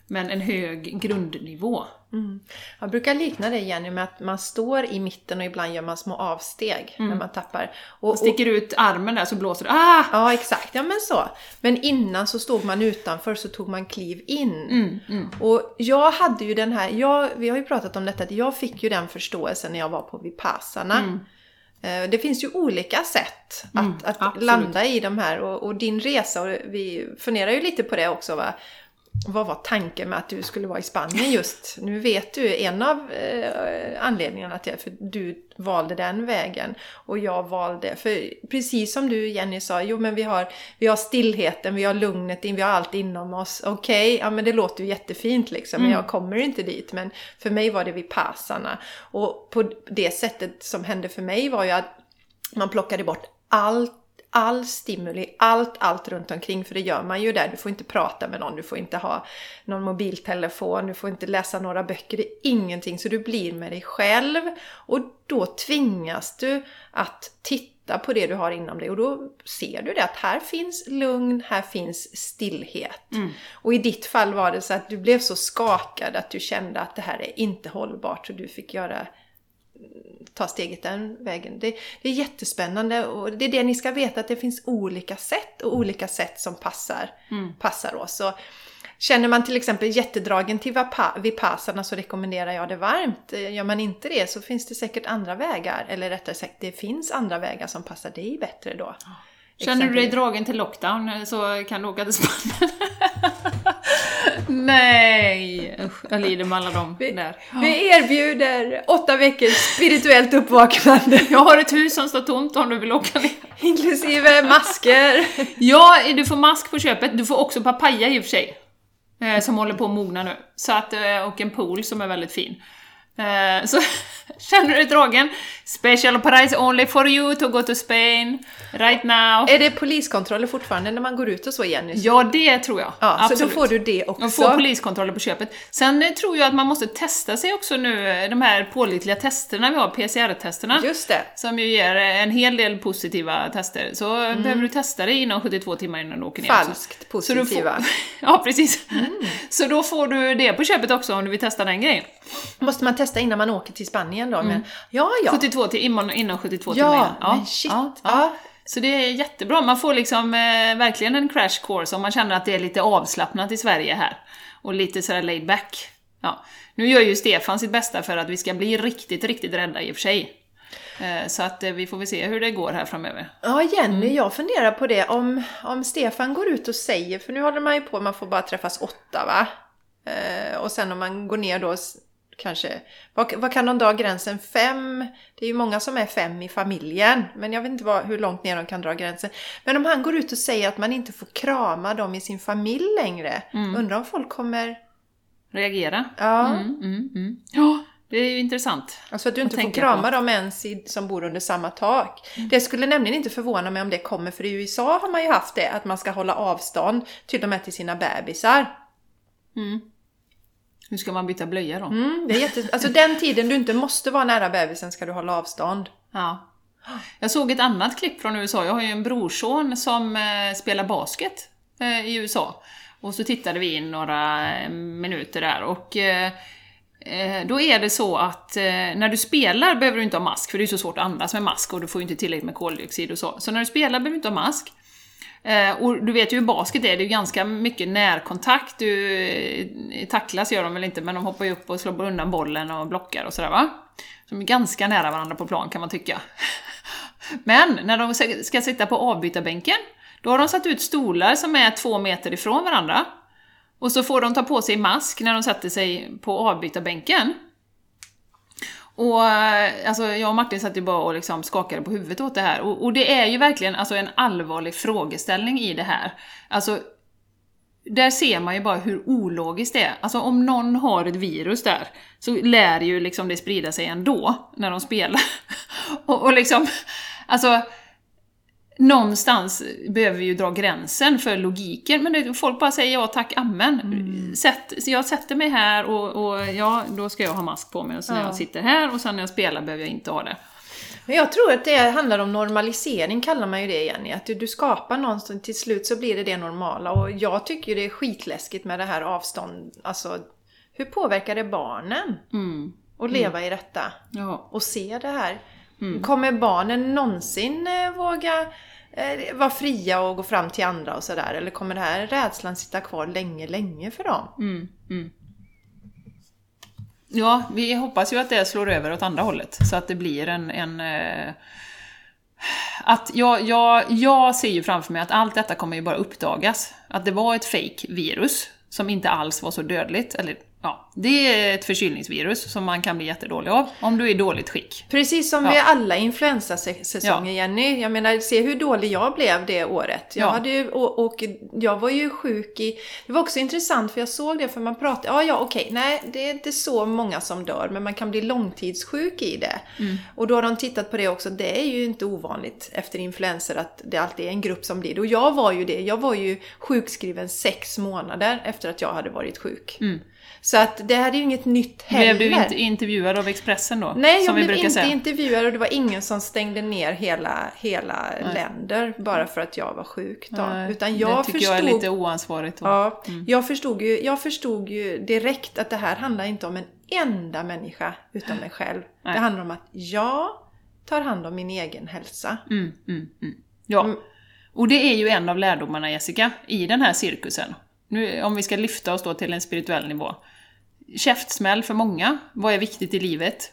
S1: Men en hög grundnivå.
S2: Jag brukar likna det, Jenny, med att man står i mitten och ibland gör man små avsteg när man tappar.
S1: Och sticker ut armen där så blåser det.
S2: Ja, exakt. Ja, men så. Men innan så stod man utanför, så tog man kliv in. Och jag hade ju den här, vi har ju pratat om detta, att jag fick ju den förståelsen när jag var på Vipassana. Det finns ju olika sätt att landa i de här. Och din resa, och vi funderar ju lite på det också, va? Vad var tanken med att du skulle vara i Spanien just? Nu vet du en av anledningarna till för du valde den vägen. Och jag valde, för precis som du, Jenny, sa, jo men vi har stillheten, vi har lugnet, vi har allt inom oss. Okej, ja men det låter ju jättefint liksom, men jag kommer inte dit. Men för mig var det Vipassana. Och på det sättet som hände för mig var ju att man plockade bort all stimuli, allt runt omkring, för det gör man ju där. Du får inte prata med någon, du får inte ha någon mobiltelefon, du får inte läsa några böcker, det är ingenting, så du blir med dig själv, och då tvingas du att titta på det du har inom dig, och då ser du det att här finns lugn, här finns stillhet. Och i ditt fall var det så att du blev så skakad att du kände att det här är inte hållbart, så du fick ta steget den vägen. Det är jättespännande, och det är det ni ska veta, att det finns olika sätt, och olika sätt som passar oss. Så känner man till exempel jättedragen till Vipassana, så rekommenderar jag det varmt. Gör man inte det, så finns det säkert andra vägar, eller rättare sagt, det finns andra vägar som passar dig bättre då.
S1: Känner du dig dragen till lockdown, så kan du åka till Spanien. Nej, jag lider med alla dem där.
S2: Vi erbjuder 8 veckor spirituellt uppvaknande.
S1: Jag har ett hus som står tomt om du vill åka ner.
S2: Inklusive masker.
S1: Ja, du får mask på köpet. Du får också papaya i och för sig. Som håller på att mogna nu. Så att, och en pool som är väldigt fin. Så känner du dig dragen? Special price only for you to go to Spain right now.
S2: Är det poliskontroller fortfarande när man går ut och så igen?
S1: Ja, det tror jag.
S2: Ja, absolut. Så då får du det också.
S1: Man får poliskontroller på köpet. Sen tror jag att man måste testa sig också nu, de här pålitliga testerna vi har, PCR-testerna.
S2: Just det.
S1: Som ju ger en hel del positiva tester. Så behöver du testa det inom 72 timmar innan du åker ner.
S2: Falskt positiva.
S1: Ja, precis. Så då får du det på köpet också om du vill testa den grejen.
S2: Måste man testa innan man åker till Spanien då? Men, ja.
S1: 72 innan 72 timmar.
S2: Ja, men shit.
S1: Ja. Så det är jättebra. Man får liksom verkligen en crash course om man känner att det är lite avslappnat i Sverige här. Och lite sådär laid back. Ja. Nu gör ju Stefan sitt bästa för att vi ska bli riktigt, riktigt rädda i och för sig. Så att vi får väl se hur det går här framöver.
S2: Ja, Jenny, jag funderar på det. Om Stefan går ut och säger, för nu håller man ju på, man får bara träffas 8, va? Och sen om man går ner då kanske, vad kan de dra gränsen? 5? Det är ju många som är 5 i familjen, men jag vet inte hur långt ner de kan dra gränsen. Men om han går ut och säger att man inte får krama dem i sin familj längre, undrar om folk kommer
S1: reagera?
S2: Ja.
S1: Ja, det är ju intressant.
S2: Alltså att du inte får krama dem ens som bor under samma tak. Det skulle nämligen inte förvåna mig om det kommer, för i USA har man ju haft det, att man ska hålla avstånd till och med till sina bebisar.
S1: Hur ska man byta blöja då?
S2: Det är alltså den tiden du inte måste vara nära bebisen ska du hålla avstånd.
S1: Ja. Jag såg ett annat klipp från USA. Jag har ju en brorson som spelar basket i USA. Och så tittade vi in några minuter där. Och då är det så att när du spelar behöver du inte ha mask. För det är så svårt att andas med mask och du får ju inte tillräckligt med koldioxid och så. Så när du spelar behöver du inte ha mask. Och du vet ju hur basket är, det är ju ganska mycket närkontakt. Tacklas gör de väl inte, men de hoppar ju upp och slår undan bollen och blockar och sådär, va? De är ganska nära varandra på plan, kan man tycka. Men när de ska sitta på avbytarbänken, då har de satt ut stolar som är 2 meter ifrån varandra. Och så får de ta på sig mask när de sätter sig på avbytarbänken. Och alltså, jag och Martin satt ju bara och liksom skakade på huvudet åt det här. Och det är ju verkligen alltså, en allvarlig frågeställning i det här. Alltså, där ser man ju bara hur ologiskt det är. Alltså om någon har ett virus där, så lär ju liksom det sprida sig ändå när de spelar. och liksom, alltså... Någonstans behöver vi ju dra gränsen för logiken. Men folk bara säger ja tack, amen. Jag sätter mig här och ja, då ska jag ha mask på mig. Och så när jag sitter här och sen när jag spelar behöver jag inte ha det.
S2: Men jag tror att det handlar om normalisering, kallar man ju det igen. Att du skapar någonstans, till slut så blir det normala. Och jag tycker ju det är skitläskigt med det här avstånd. Alltså, hur påverkar det barnen att leva i detta?
S1: Ja.
S2: Och se det här. Kommer barnen någonsin våga vara fria och gå fram till andra och sådär? Eller kommer det här rädslan sitta kvar länge, länge för dem?
S1: Ja, vi hoppas ju att det slår över åt andra hållet. Så att det blir att jag ser ju framför mig att allt detta kommer ju bara uppdagas. Att det var ett fake virus som inte alls var så dödligt. Eller ja, det är ett förkylningsvirus som man kan bli jättedålig av om du är i dåligt skick.
S2: Precis som vid alla influensasäsonger, Jenny. Jag menar, se hur dålig jag blev det året. Jag hade ju, och jag var ju sjuk i... Det var också intressant för jag såg det, för man pratade... Okej, nej, det är inte så många som dör, men man kan bli långtidssjuk i det. Och då har de tittat på det också. Det är ju inte ovanligt efter influenser att det alltid är en grupp som blir det. Och jag var ju det. Jag var ju sjukskriven 6 månader efter att jag hade varit sjuk. Så att det här är ju inget nytt heller.
S1: Blev du inte intervjuad av Expressen då?
S2: Nej, jag blev inte intervjuad och det var ingen som stängde ner hela länder bara för att jag var sjuk då.
S1: Nej,
S2: utan jag
S1: tycker jag är lite oansvarigt.
S2: Ja, jag förstod ju direkt att det här handlar inte om en enda människa utan mig själv. Nej. Det handlar om att jag tar hand om min egen hälsa.
S1: Ja, och det är ju en av lärdomarna, Jessica, i den här cirkusen. Nu, om vi ska lyfta oss då till en spirituell nivå. Käftsmäll för många. Vad är viktigt i livet?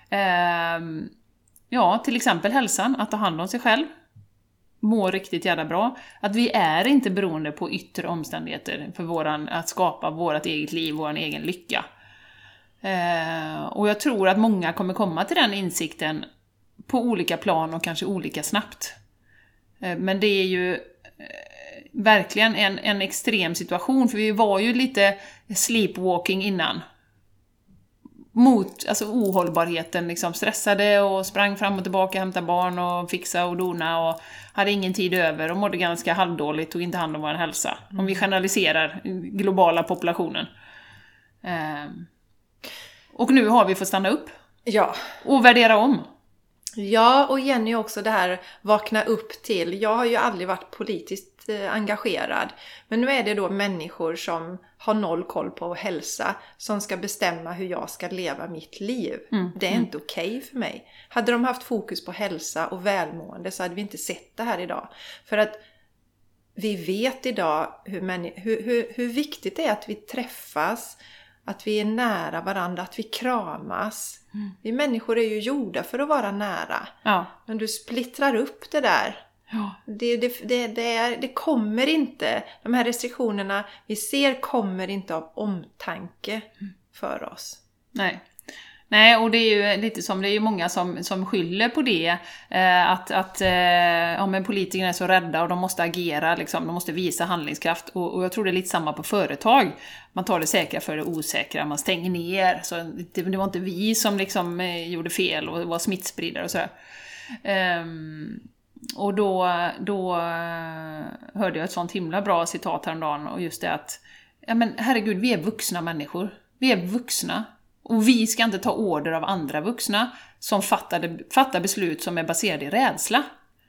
S1: Till exempel hälsan. Att ta hand om sig själv. Må riktigt jävla bra. Att vi är inte beroende på yttre omständigheter för att skapa vårt eget liv, vår egen lycka. Och jag tror att många kommer komma till den insikten på olika plan och kanske olika snabbt. Men det är ju verkligen en extrem situation, för vi var ju lite sleepwalking innan. Mot ohållbarheten, liksom stressade och sprang fram och tillbaka, hämta barn och fixa och dona och hade ingen tid över och mådde ganska halvdåligt och inte hand om vår hälsa. Om vi generaliserar globala populationen. Och nu har vi fått stanna upp.
S2: Ja.
S1: Och värdera om.
S2: Ja, och Jenny också det här vakna upp till. Jag har ju aldrig varit politiskt engagerad. Men nu är det då människor som har noll koll på hälsa som ska bestämma hur jag ska leva mitt liv. Det är inte okej för mig. Hade de haft fokus på hälsa och välmående så hade vi inte sett det här idag. För att vi vet idag hur viktigt det är att vi träffas, att vi är nära varandra, att vi kramas. Vi människor är ju gjorda för att vara nära. Ja. Men du splittrar upp det där. Ja. Det kommer inte, de här restriktionerna vi ser kommer inte av omtanke för oss. Nej, och det är ju lite som det är ju många som skyller på det, men politikerna är så rädda och de måste agera, liksom, de måste visa handlingskraft, och jag tror det är lite samma på företag. Man tar det säkra för det osäkra, man stänger ner, så det var inte vi som liksom gjorde fel och var smittspridare och så. Och då hörde jag ett sånt himla bra citat häromdagen, och just det att herregud, vi är vuxna människor. Vi är vuxna. Och vi ska inte ta order av andra vuxna som fattar beslut som är baserade i rädsla.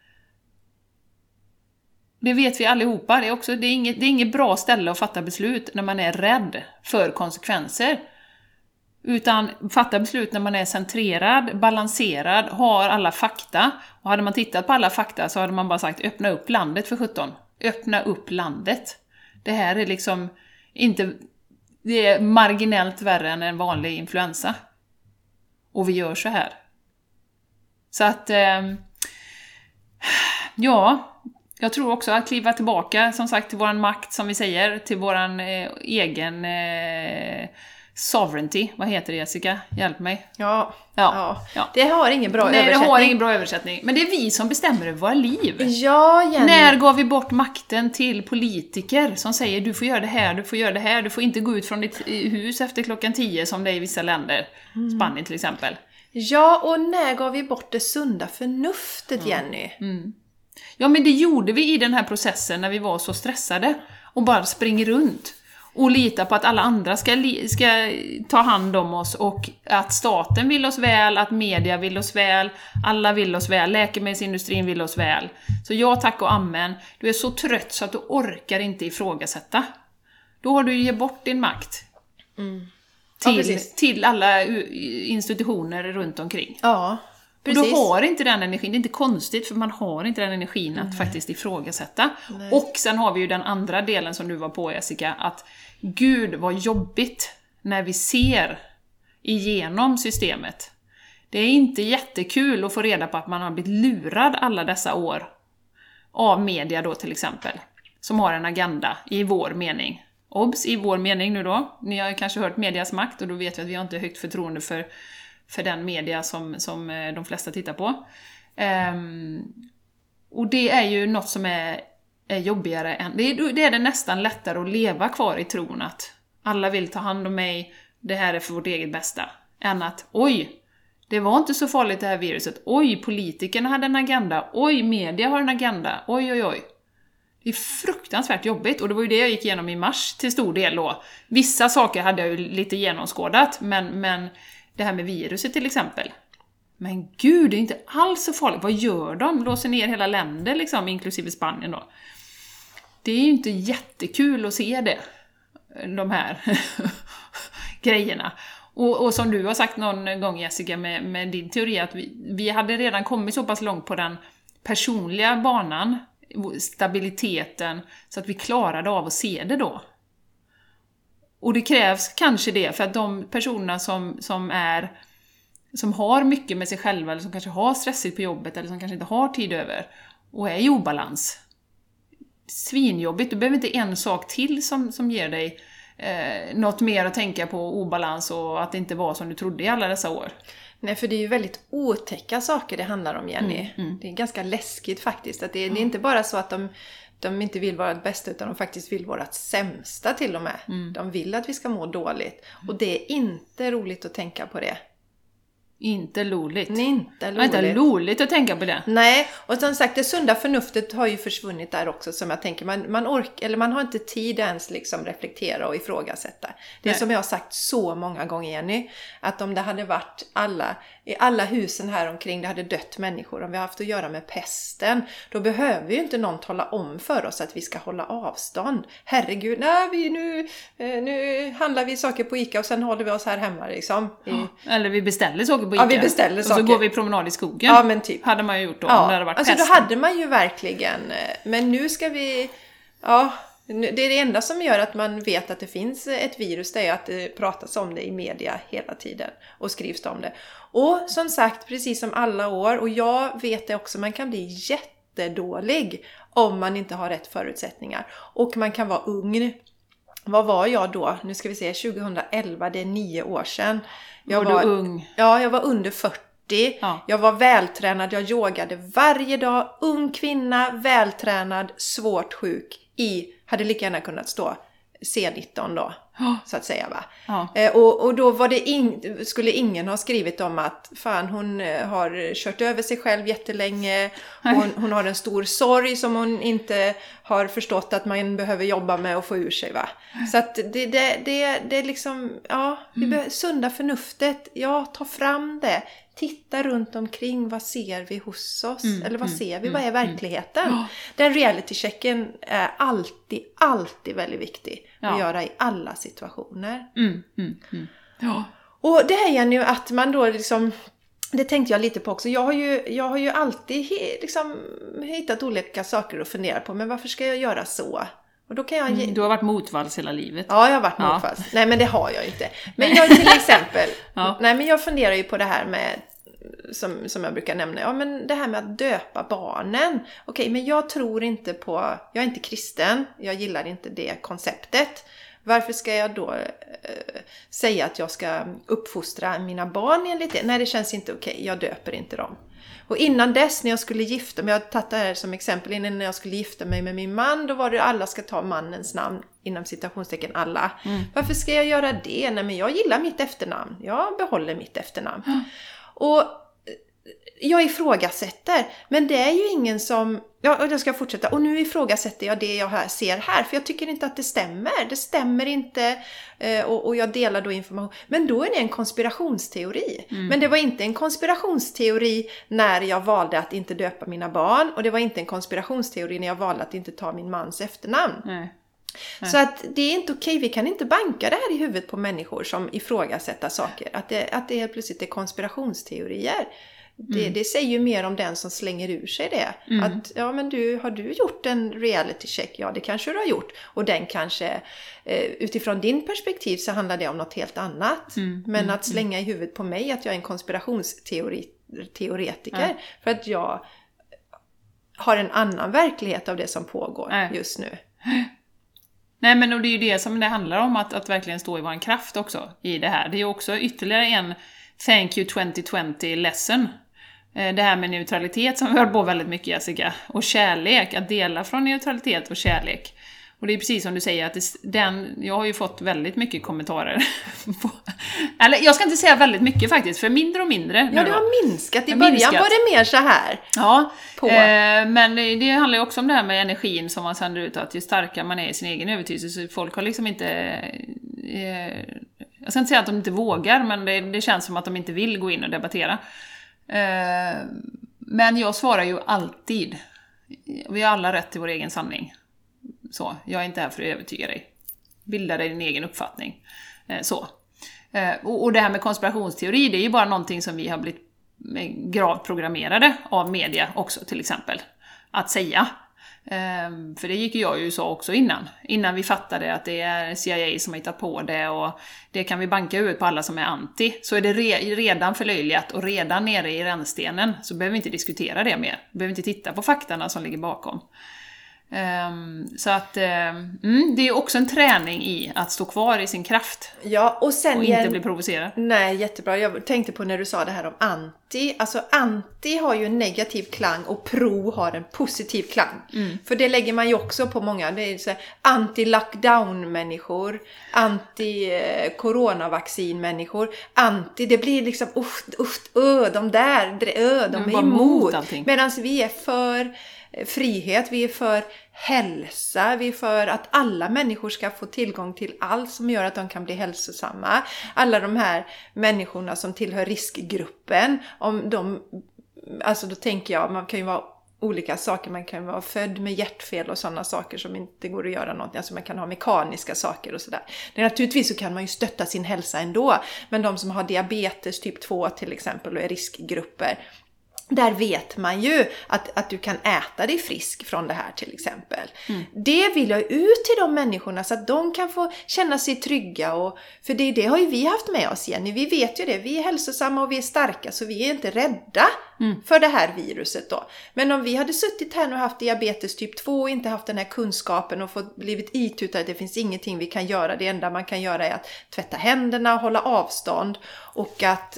S2: Det vet vi allihopa. Det är inget bra ställe att fatta beslut när man är rädd för konsekvenser. Utan fatta beslut när man är centrerad, balanserad, har alla fakta. Och hade man tittat på alla fakta så hade man bara sagt öppna upp landet för 17. Öppna upp landet. Det här är liksom inte... Det är marginellt värre än en vanlig influensa. Och vi gör så här. Så att... jag tror också att kliva tillbaka, som sagt, till våran makt, som vi säger, till våran egen sovereignty. Vad heter det, Jessica? Hjälp mig. Ja. Det har ingen bra översättning. Nej, det har ingen bra översättning. Men det är vi som bestämmer över våra liv. Ja, Jenny. När gav vi bort makten till politiker som säger du får göra det här, du får göra det här, du får inte gå ut från ditt hus efter 10:00 som det är i vissa länder. Spanien till exempel. Ja, och när gav vi bort det sunda förnuftet, Jenny? Ja, men det gjorde vi i den här processen när vi var så stressade och bara springer runt.
S1: Och lita på att alla andra ska ta hand om oss och att staten vill oss väl, att media vill oss väl, alla vill oss väl, läkemedelsindustrin vill oss väl. Så ja, tack och amen. Du är så trött så att du orkar inte ifrågasätta. Då har du ju gett bort din makt till alla institutioner runt omkring.
S2: Ja,
S1: precis. Och du har inte den energin, det är inte konstigt för man har inte den energin att faktiskt ifrågasätta. Nej. Och sen har vi ju den andra delen som du var på, Jessica, att Gud vad jobbigt när vi ser igenom systemet. Det är inte jättekul att få reda på att man har blivit lurad alla dessa år av media då till exempel, som har en agenda i vår mening. Obs, i vår mening nu då. Ni har kanske hört medias makt och då vet vi att vi har inte högt förtroende för den media som de flesta tittar på. Och det är ju något som är jobbigare än... Det är det nästan lättare att leva kvar i tron att alla vill ta hand om mig, det här är för vårt eget bästa. Än att, oj, det var inte så farligt det här viruset. Oj, politikerna hade en agenda. Oj, media har en agenda. Oj, oj, oj. Det är fruktansvärt jobbigt och det var ju det jag gick igenom i mars till stor del då. Vissa saker hade jag ju lite genomskådat, men det här med viruset till exempel. Men gud, det är inte alls så farligt. Vad gör de? Låser ner hela länder liksom, inklusive Spanien då. Det är ju inte jättekul att se det. De här grejerna. Och som du har sagt någon gång, Jessica, med din teori att vi hade redan kommit så pass långt på den personliga banan, stabiliteten, så att vi klarade av att se det då. Och det krävs kanske det för att de personerna som har mycket med sig själva eller som kanske har stressigt på jobbet eller som kanske inte har tid över och är i obalans. Svinjobbigt, du behöver inte en sak till som ger dig något mer att tänka på, obalans och att det inte var som du trodde i alla dessa år.
S2: Nej, för det är ju väldigt otäcka saker det handlar om, Jenny. Det är ganska läskigt faktiskt. Att det är inte bara så att de inte vill vara det bästa utan de faktiskt vill vara det sämsta till och med. De vill att vi ska må dåligt. Och det är inte roligt att tänka på det.
S1: Inte roligt.
S2: Inte
S1: roligt att tänka på det.
S2: Nej, och som sagt, det sunda förnuftet har ju försvunnit där också, som jag tänker. Man har inte tid ens liksom reflektera och ifrågasätta. Det är som jag har sagt så många gånger, Jenny, att om det hade varit i alla husen här omkring, det hade dött människor, om vi har haft att göra med pesten, då behöver ju inte någon tala om för oss att vi ska hålla avstånd. Herregud, nu handlar vi saker på ICA och sen håller vi oss här hemma liksom.
S1: Eller vi beställer saker på ICA.
S2: Ja, vi beställer saker.
S1: Och så går vi promenad i skogen.
S2: Ja, men typ.
S1: Hade man ju gjort då, om det hade varit
S2: alltså
S1: pesten.
S2: då hade man ju verkligen. Men nu ska vi... Ja, det är det enda som gör att man vet att det finns ett virus. Det är att det pratas om det i media hela tiden. Och skrivs om det. Och som sagt, precis som alla år. Och jag vet det också, man kan bli jättedålig om man inte har rätt förutsättningar. Och man kan vara ung. Vad var jag då? Nu ska vi se, 2011, det är 9 år sedan.
S1: Var du ung?
S2: Ja, jag var under 40. Ja. Jag var vältränad, jag yogade varje dag. Ung kvinna, vältränad, svårt sjuk. Hade lika gärna kunnat stå C19 då, så att säga, va? Ja. Och då var det skulle ingen ha skrivit om att fan, hon har kört över sig själv jättelänge. Hon har en stor sorg som hon inte har förstått att man behöver jobba med och få ur sig, va? Så att det är liksom, vi behöver sunda förnuftet. Ta fram det. Titta runt omkring, vad ser vi hos oss? Eller vad ser vi? Vad är verkligheten? Den reality-checken är alltid väldigt viktig att göra i alla situationer.
S1: Ja.
S2: Och det är ju att man då liksom, det tänkte jag lite på också. Jag har ju alltid liksom hittat olika saker att fundera på. Men varför ska jag göra så? Och då kan jag
S1: Du har varit motvalls hela livet.
S2: Ja, jag har varit motvalls. Nej, men det har jag inte. Men jag till exempel, nej, men jag funderar ju på det här med, som jag brukar nämna, ja, men det här med att döpa barnen. Okej, men jag tror inte på, jag är inte kristen, jag gillar inte det konceptet. Varför ska jag då säga att jag ska uppfostra mina barn enligt det? Nej, det känns inte okej, jag döper inte dem. Och innan dess, när jag skulle gifta mig, jag har tagit det här som exempel, innan när jag skulle gifta mig med min man, då var det alla ska ta mannens namn, inom citationstecken alla. Varför ska jag göra det? Nej, men jag gillar mitt efternamn. Jag behåller mitt efternamn. Och jag ifrågasätter, men det är ju ingen som, jag ska fortsätta, och nu ifrågasätter jag det jag ser här, för jag tycker inte att det stämmer inte, och jag delar då information, men då är det en konspirationsteori. Men det var inte en konspirationsteori när jag valde att inte döpa mina barn, och det var inte en konspirationsteori när jag valde att inte ta min mans efternamn.
S1: Nej.
S2: Så att det är inte okej, vi kan inte banka det här i huvudet på människor som ifrågasätter saker, att det helt plötsligt är konspirationsteorier. Det säger ju mer om den som slänger ur sig det. Att, ja men har du gjort en reality check? Ja, det kanske du har gjort. Och den kanske, utifrån din perspektiv så handlar det om något helt annat. Men att slänga i huvudet på mig att jag är en konspirationsteoretiker för att jag har en annan verklighet av det som pågår just nu.
S1: Nej, men och det är ju det som det handlar om, att verkligen stå i vår kraft också i det här. Det är ju också ytterligare en Thank you 2020 lesson. Det här med neutralitet som vi hör på väldigt mycket, Jessica. Och kärlek, att dela från neutralitet och kärlek. Och det är precis som du säger, att jag har ju fått väldigt mycket kommentarer. Eller jag ska inte säga väldigt mycket faktiskt, för mindre och mindre.
S2: Ja, det har minskat. I början var det mer så här.
S1: Ja, men det handlar ju också om det här med energin som man sänder ut. Att ju starkare man är i sin egen övertygelse, så folk har liksom inte... jag ska inte säga att de inte vågar, men det känns som att de inte vill gå in och debattera. Men jag svarar ju alltid. Vi har alla rätt till vår egen sanning. Så, jag är inte här för att övertyga dig. Bilda dig din egen uppfattning. Så. Och det här med konspirationsteori, det är ju bara någonting som vi har blivit gravt programmerade av media också, till exempel. Att säga. För det gick ju jag ju så också innan vi fattade att det är CIA som har hittat på det, och det kan vi banka ut på alla som är anti, så är det redan förlöjligat och redan nere i rännstenen, så behöver vi inte diskutera det mer, vi behöver inte titta på faktorna som ligger bakom. Så att det är också en träning i att stå kvar i sin kraft.
S2: Ja, och sen
S1: och inte bli provocerad.
S2: Nej, jättebra. Jag tänkte på när du sa det här om anti. Alltså anti har ju en negativ klang och pro har en positiv klang. För det lägger man ju också på många. Det är så här, anti-lockdown-människor, anti-coronavaccin-människor, det blir liksom de är emot allting. Medan vi är för frihet, vi är för hälsa, vi är för att alla människor ska få tillgång till allt som gör att de kan bli hälsosamma. Alla de här människorna som tillhör riskgruppen, alltså då tänker jag, man kan ju vara olika saker, man kan vara född med hjärtfel och sådana saker som inte går att göra något, alltså man kan ha mekaniska saker och sådär. Naturligtvis så kan man ju stötta sin hälsa ändå, men de som har diabetes typ 2 till exempel och är riskgrupper, där vet man ju att du kan äta dig frisk från det här till exempel. Det vill jag ut till de människorna så att de kan få känna sig trygga. För det har ju vi haft med oss, Jenny. Vi vet ju det. Vi är hälsosamma och vi är starka, så vi är inte rädda för det här viruset då. Men om vi hade suttit här och haft diabetes typ 2 och inte haft den här kunskapen och fått blivit itutade, det finns ingenting vi kan göra. Det enda man kan göra är att tvätta händerna och hålla avstånd. Och att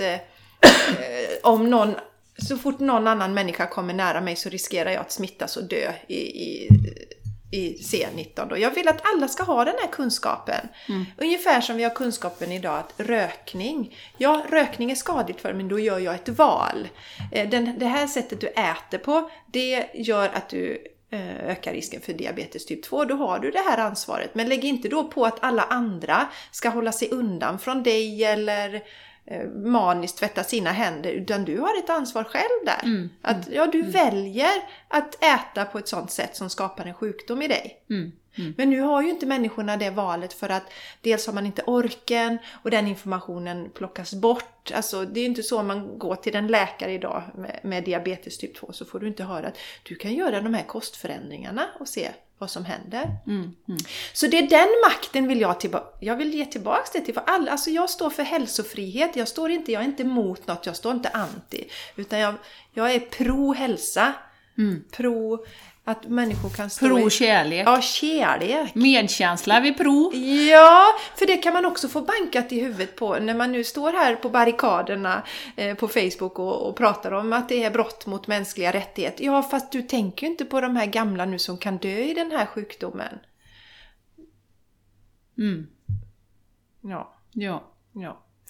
S2: så fort någon annan människa kommer nära mig så riskerar jag att smittas och dö i C19 då. Jag vill att alla ska ha den här kunskapen. Ungefär som vi har kunskapen idag att rökning är skadligt för, men då gör jag ett val. Det här sättet du äter på, det gör att du ökar risken för diabetes typ 2. Då har du det här ansvaret. Men lägg inte då på att alla andra ska hålla sig undan från dig eller maniskt tvätta sina händer, utan du har ett ansvar själv där. Du väljer att äta på ett sånt sätt som skapar en sjukdom i dig. Men nu har ju inte människorna det valet, för att dels har man inte orken och den informationen plockas bort. Alltså det är ju inte så, man går till en läkare idag med diabetes typ 2, så får du inte höra att du kan göra de här kostförändringarna och se vad som händer. Så det är den makten jag vill ge tillbaka det till alla. Alltså jag står för hälsofrihet. Jag är inte emot något. Jag står inte anti. Utan jag är pro hälsa. Pro att människor kan stå
S1: pro-kärlek.
S2: Ja, kärlek.
S1: Medkänsla vid pro.
S2: Ja, för det kan man också få bankat i huvudet på när man nu står här på barrikaderna på Facebook och pratar om att det är brott mot mänskliga rättigheter. Ja, fast du tänker ju inte på de här gamla nu som kan dö i den här sjukdomen. Ja.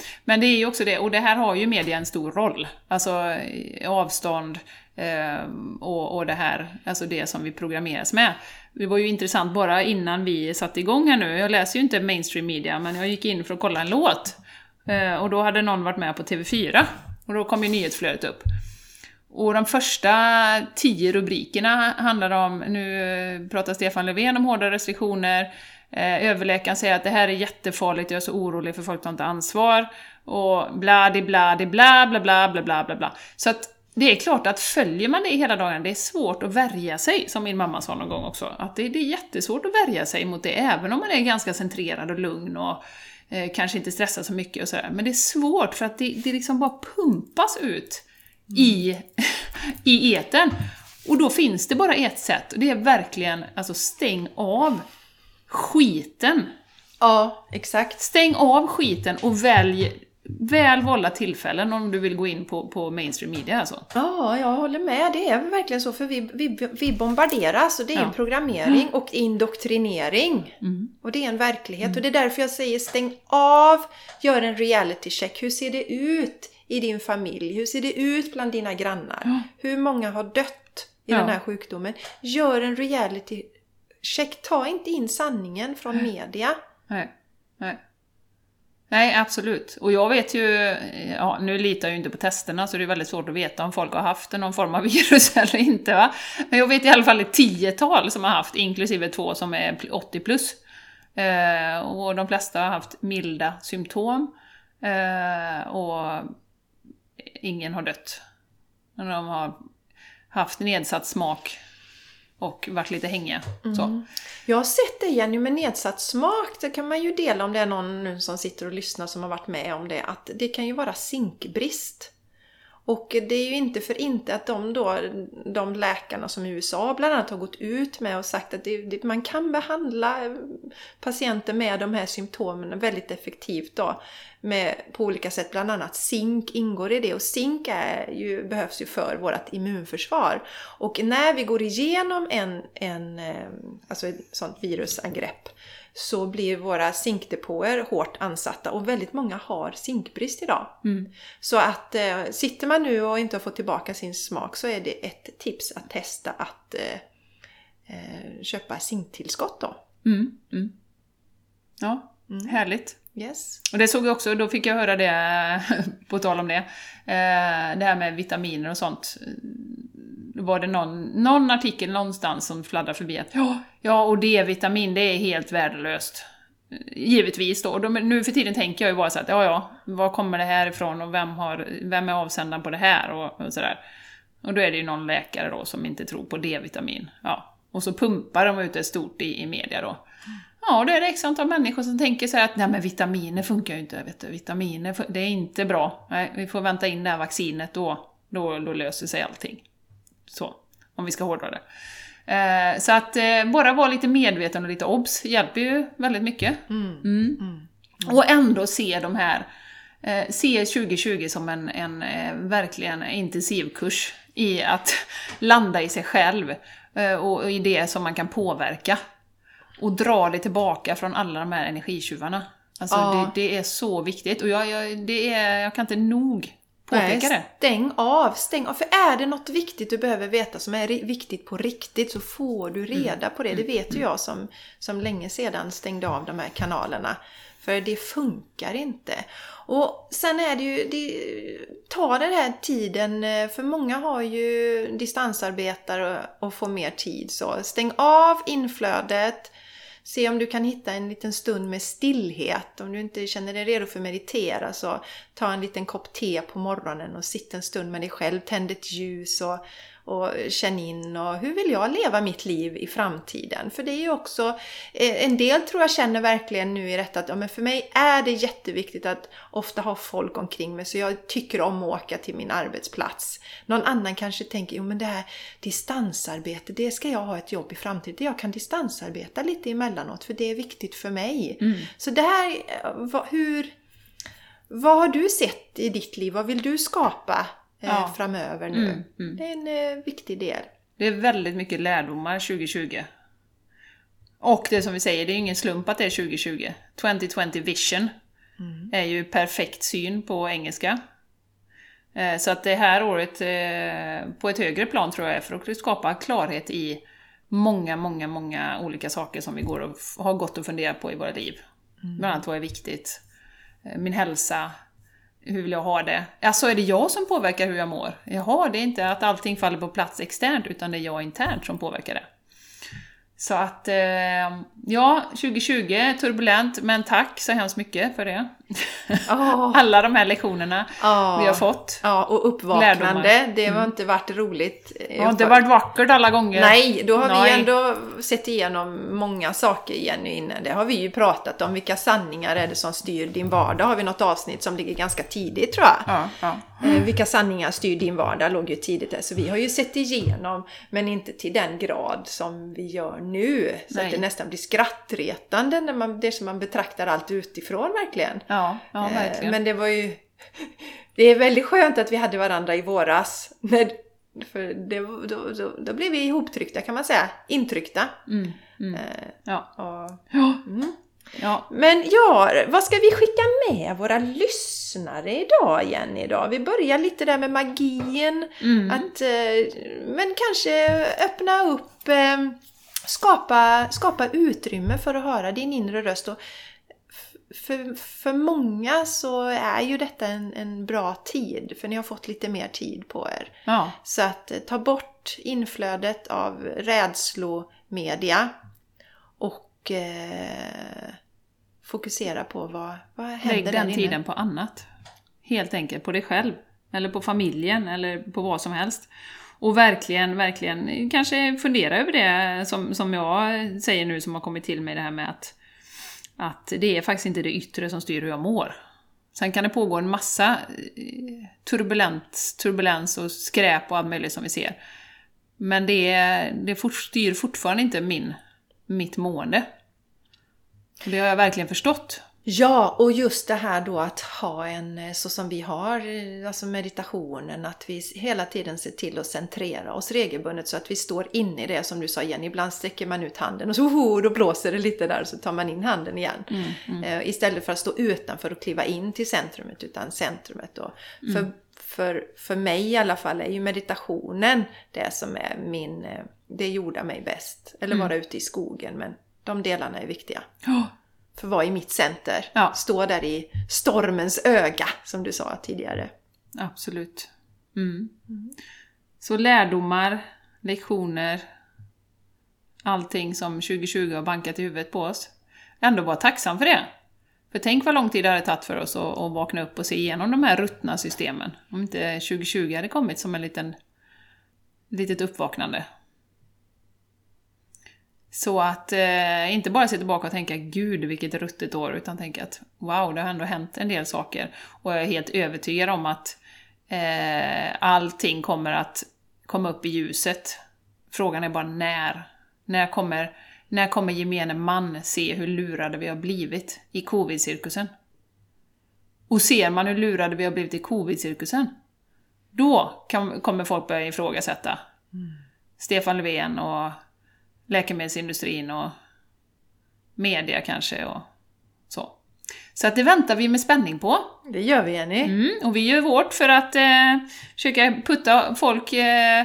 S1: Men det är ju också det, och det här har ju media en stor roll. Alltså avstånd och det här, alltså det som vi programmeras med. Det var ju intressant bara innan vi satte igång här nu. Jag läser ju inte mainstream media, men jag gick in för att kolla en låt. Och då hade någon varit med på TV4. Och då kom ju nyhetsflödet upp. Och de första 10 rubrikerna handlar om, nu pratar Stefan Löfven om hårda restriktioner. Överläkaren säger att det här är jättefarligt, jag är så orolig för folk tar inte ansvar. Och bla bla bla bla bla bla bla bla bla bla. Så att det är klart att följer man det hela dagen, det är svårt att värja sig, som min mamma sa någon gång också. Att det är jättesvårt att värja sig mot det, även om man är ganska centrerad och lugn och kanske inte stressar så mycket och sådär. Men det är svårt för att det liksom bara pumpas ut i etern. Och då finns det bara ett sätt, och det är verkligen, alltså stäng av skiten.
S2: Ja, exakt.
S1: Stäng av skiten och välj väl valda tillfällen om du vill gå in på mainstream media alltså.
S2: Ja, jag håller med. Det är verkligen så, för vi bombarderas, och det är en programmering och indoktrinering. Och det är en verklighet. Och det är därför jag säger stäng av, gör en reality check. Hur ser det ut i din familj? Hur ser det ut bland dina grannar? Hur många har dött i den här sjukdomen? Gör en reality check. Ta inte in sanningen från media.
S1: Nej, absolut. Och jag vet ju, nu litar jag ju inte på testerna, så det är väldigt svårt att veta om folk har haft någon form av virus eller inte, va? Men jag vet i alla fall ett 10-tal som har haft, inklusive 2 som är 80 plus. Och de flesta har haft milda symptom. Och ingen har dött. De har haft nedsatt smak och varit lite hängiga. Så.
S2: Jag har sett det, Jenny, med nedsatt smak. Det kan man ju dela om det är någon nu som sitter och lyssnar som har varit med om det. Att det kan ju vara zinkbrist. Och det är ju inte för inte att de läkarna som i USA bland annat har gått ut med och sagt att man kan behandla patienter med de här symptomen väldigt effektivt då, på olika sätt. Bland annat zink ingår i det, och zink behövs ju för vårt immunförsvar. Och när vi går igenom alltså ett sånt virusangrepp, så blir våra zinkdepåer hårt ansatta, och väldigt många har zinkbrist idag. Så att sitter man nu och inte har fått tillbaka sin smak, så är det ett tips att testa att köpa zinktillskott då. Ja, härligt. Yes.
S1: Och det såg jag också, då fick jag höra det, på tal om det, det här med vitaminer och sånt. Var det någon artikel någonstans som fladdrar förbi att ja, och D-vitamin, det är helt värdelöst. Givetvis då. Nu för tiden tänker jag ju bara så att var kommer det här ifrån och vem är avsändaren på det här och sådär. Och då är det ju någon läkare då som inte tror på D-vitamin. Ja. Och så pumpar de ut det stort i media då. Ja, det är det x antal människor som tänker så här att nej, men vitaminer funkar ju inte, vet du. Vitaminer, det är inte bra. Nej, vi får vänta in det här vaccinet, då löser sig allting. Så, om vi ska hårdra det. Så att bara vara lite medveten och lite obs hjälper ju väldigt mycket. Och ändå se de här, se 2020 som en verkligen intensivkurs i att landa i sig själv och i det som man kan påverka. Och dra det tillbaka från alla de här energitjuvarna. Alltså det är så viktigt. Och jag kan inte nog påpeka det.
S2: Stäng av. För är det något viktigt du behöver veta som är viktigt på riktigt, så får du reda på det. Det vet ju jag som länge sedan stängde av de här kanalerna. För det funkar inte. Och sen är det ju, tar den här tiden, för många har ju distansarbetare och får mer tid. Så stäng av inflödet. Se om du kan hitta en liten stund med stillhet. Om du inte känner dig redo för att meditera, så ta en liten kopp te på morgonen och sitta en stund med dig själv. Tänd ett ljus och känn in. Och hur vill jag leva mitt liv i framtiden? För det är ju också, en del tror jag känner verkligen nu i detta att men för mig är det jätteviktigt att ofta ha folk omkring mig. Så jag tycker om att åka till min arbetsplats. Någon annan kanske tänker, men det här distansarbete, det ska jag ha ett jobb i framtiden. Jag kan distansarbeta lite emellanåt, för det är viktigt för mig. Så det här, vad har du sett i ditt liv? Vad vill du skapa framöver nu? Det är en viktig del.
S1: Det är väldigt mycket lärdomar 2020. Och det som vi säger, det är ingen slump att det är 2020. 2020 vision. är ju perfekt syn på engelska. Så att det här året på ett högre plan tror jag är för att skapa klarhet i många olika saker som vi går och har gått och funderat på i våra liv. Bland annat vad är viktigt. Min hälsa, hur vill jag ha det? Alltså är det jag som påverkar hur jag mår? Jaha, det är inte att allting faller på plats externt utan det är jag internt som påverkar det. Så att, ja, 2020, turbulent, men tack så hemskt mycket för det. Alla de här lektionerna vi har fått.
S2: Ja, och uppvaknande, det har inte varit roligt.
S1: Det har inte varit vackert alla gånger.
S2: Nej, då har vi ändå sett igenom många saker igen innan. Det har vi ju pratat om, vilka sanningar är det som styr din vardag. Har vi något avsnitt som ligger ganska tidigt tror jag. Vilka sanningar styr din vardag låg ju tidigt där. Så vi har ju sett igenom, men inte till den grad som vi gör nu. Så att det nästan blir skrattretande när det som man betraktar allt utifrån verkligen.
S1: Ja, verkligen.
S2: Men det var ju... Det är väldigt skönt att vi hade varandra i våras. För då blev vi ihoptryckta kan man säga. Intryckta.
S1: Ja.
S2: Men vad ska vi skicka med våra lyssnare idag, Jenny? Vi börjar lite där med magin. Men kanske öppna upp, skapa utrymme för att höra din inre röst. Och för många så är ju detta en bra tid. För ni har fått lite mer tid på er.
S1: Ja.
S2: Så att ta bort inflödet av rädslomedia. Och fokusera på vad händer.
S1: Lägg den tiden på annat. Helt enkelt på dig själv. Eller på familjen. Eller på vad som helst. Och verkligen kanske fundera över det som jag säger nu som har kommit till mig. Det här med att det är faktiskt inte det yttre som styr hur jag mår. Sen kan det pågå en massa turbulens och skräp och allt möjligt som vi ser. Men det styr fortfarande inte mitt mående. Det har jag verkligen förstått.
S2: Ja, och just det här då att ha så som vi har, alltså meditationen, att vi hela tiden ser till att centrera oss regelbundet så att vi står inne i det som du sa igen. Ibland sträcker man ut handen och så då blåser det lite där och så tar man in handen igen. Istället för att stå utanför och kliva in till centrumet, utan centrumet då. För mig i alla fall är ju meditationen det som är det gjorde mig bäst. Eller vara ute i skogen, men de delarna är viktiga. För vad är mitt center? Stå där i stormens öga, som du sa tidigare.
S1: Absolut. Så lärdomar, lektioner, allting som 2020 har bankat i huvudet på oss. Ändå vara tacksam för det. För tänk vad lång tid det hade tagit för oss att vakna upp och se igenom de här ruttna systemen. Om inte 2020 hade kommit som en litet uppvaknande. Så att inte bara se tillbaka och tänka gud vilket ruttet år, utan tänka att wow, det har ändå hänt en del saker. Och jag är helt övertygad om att allting kommer att komma upp i ljuset. Frågan är bara när. När kommer gemene man se hur lurade vi har blivit i covid-cirkusen? Och ser man hur lurade vi har blivit i covid-cirkusen, då kommer folk börja ifrågasätta Stefan Löfven och läkemedelsindustrin och media kanske och så. Så att det väntar vi med spänning på.
S2: Det gör vi, Jenny.
S1: Och vi gör vårt för att försöka putta folk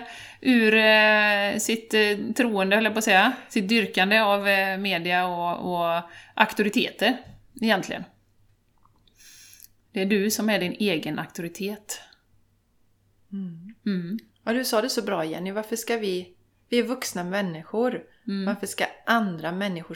S1: ur sitt troende, höll jag på att säga. Sitt dyrkande av media och auktoriteter egentligen. Det är du som är din egen auktoritet.
S2: Ja, du sa det så bra, Jenny. Varför ska vi är vuxna människor. Varför ska andra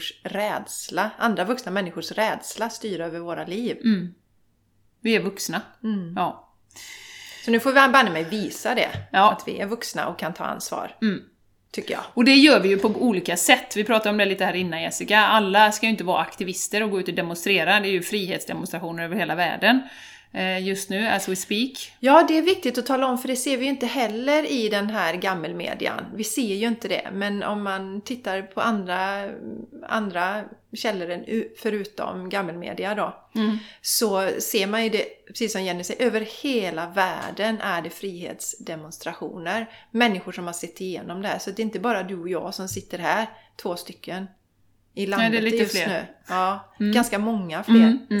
S2: vuxna människors rädsla styra över våra liv?
S1: Vi är vuxna. Ja.
S2: Så nu får vi banne mig visa det. Att vi är vuxna och kan ta ansvar. Tycker jag.
S1: Och det gör vi ju på olika sätt. Vi pratade om det lite här innan, Jessica. Alla ska ju inte vara aktivister och gå ut och demonstrera. Det är ju frihetsdemonstrationer över hela världen. Just nu, as we speak.
S2: Ja, det är viktigt att tala om, för det ser vi ju inte heller i den här gammelmedian. Vi ser ju inte det, men om man tittar på andra källor förutom gammelmedia då, så ser man ju det, precis som Jenny säger, över hela världen är det frihetsdemonstrationer. Människor som har sett igenom det här, så det är inte bara du och jag som sitter här, 2 stycken i landet.
S1: Nej, det är lite
S2: just
S1: fler.
S2: Nu. Ja, ganska många fler, säger jag.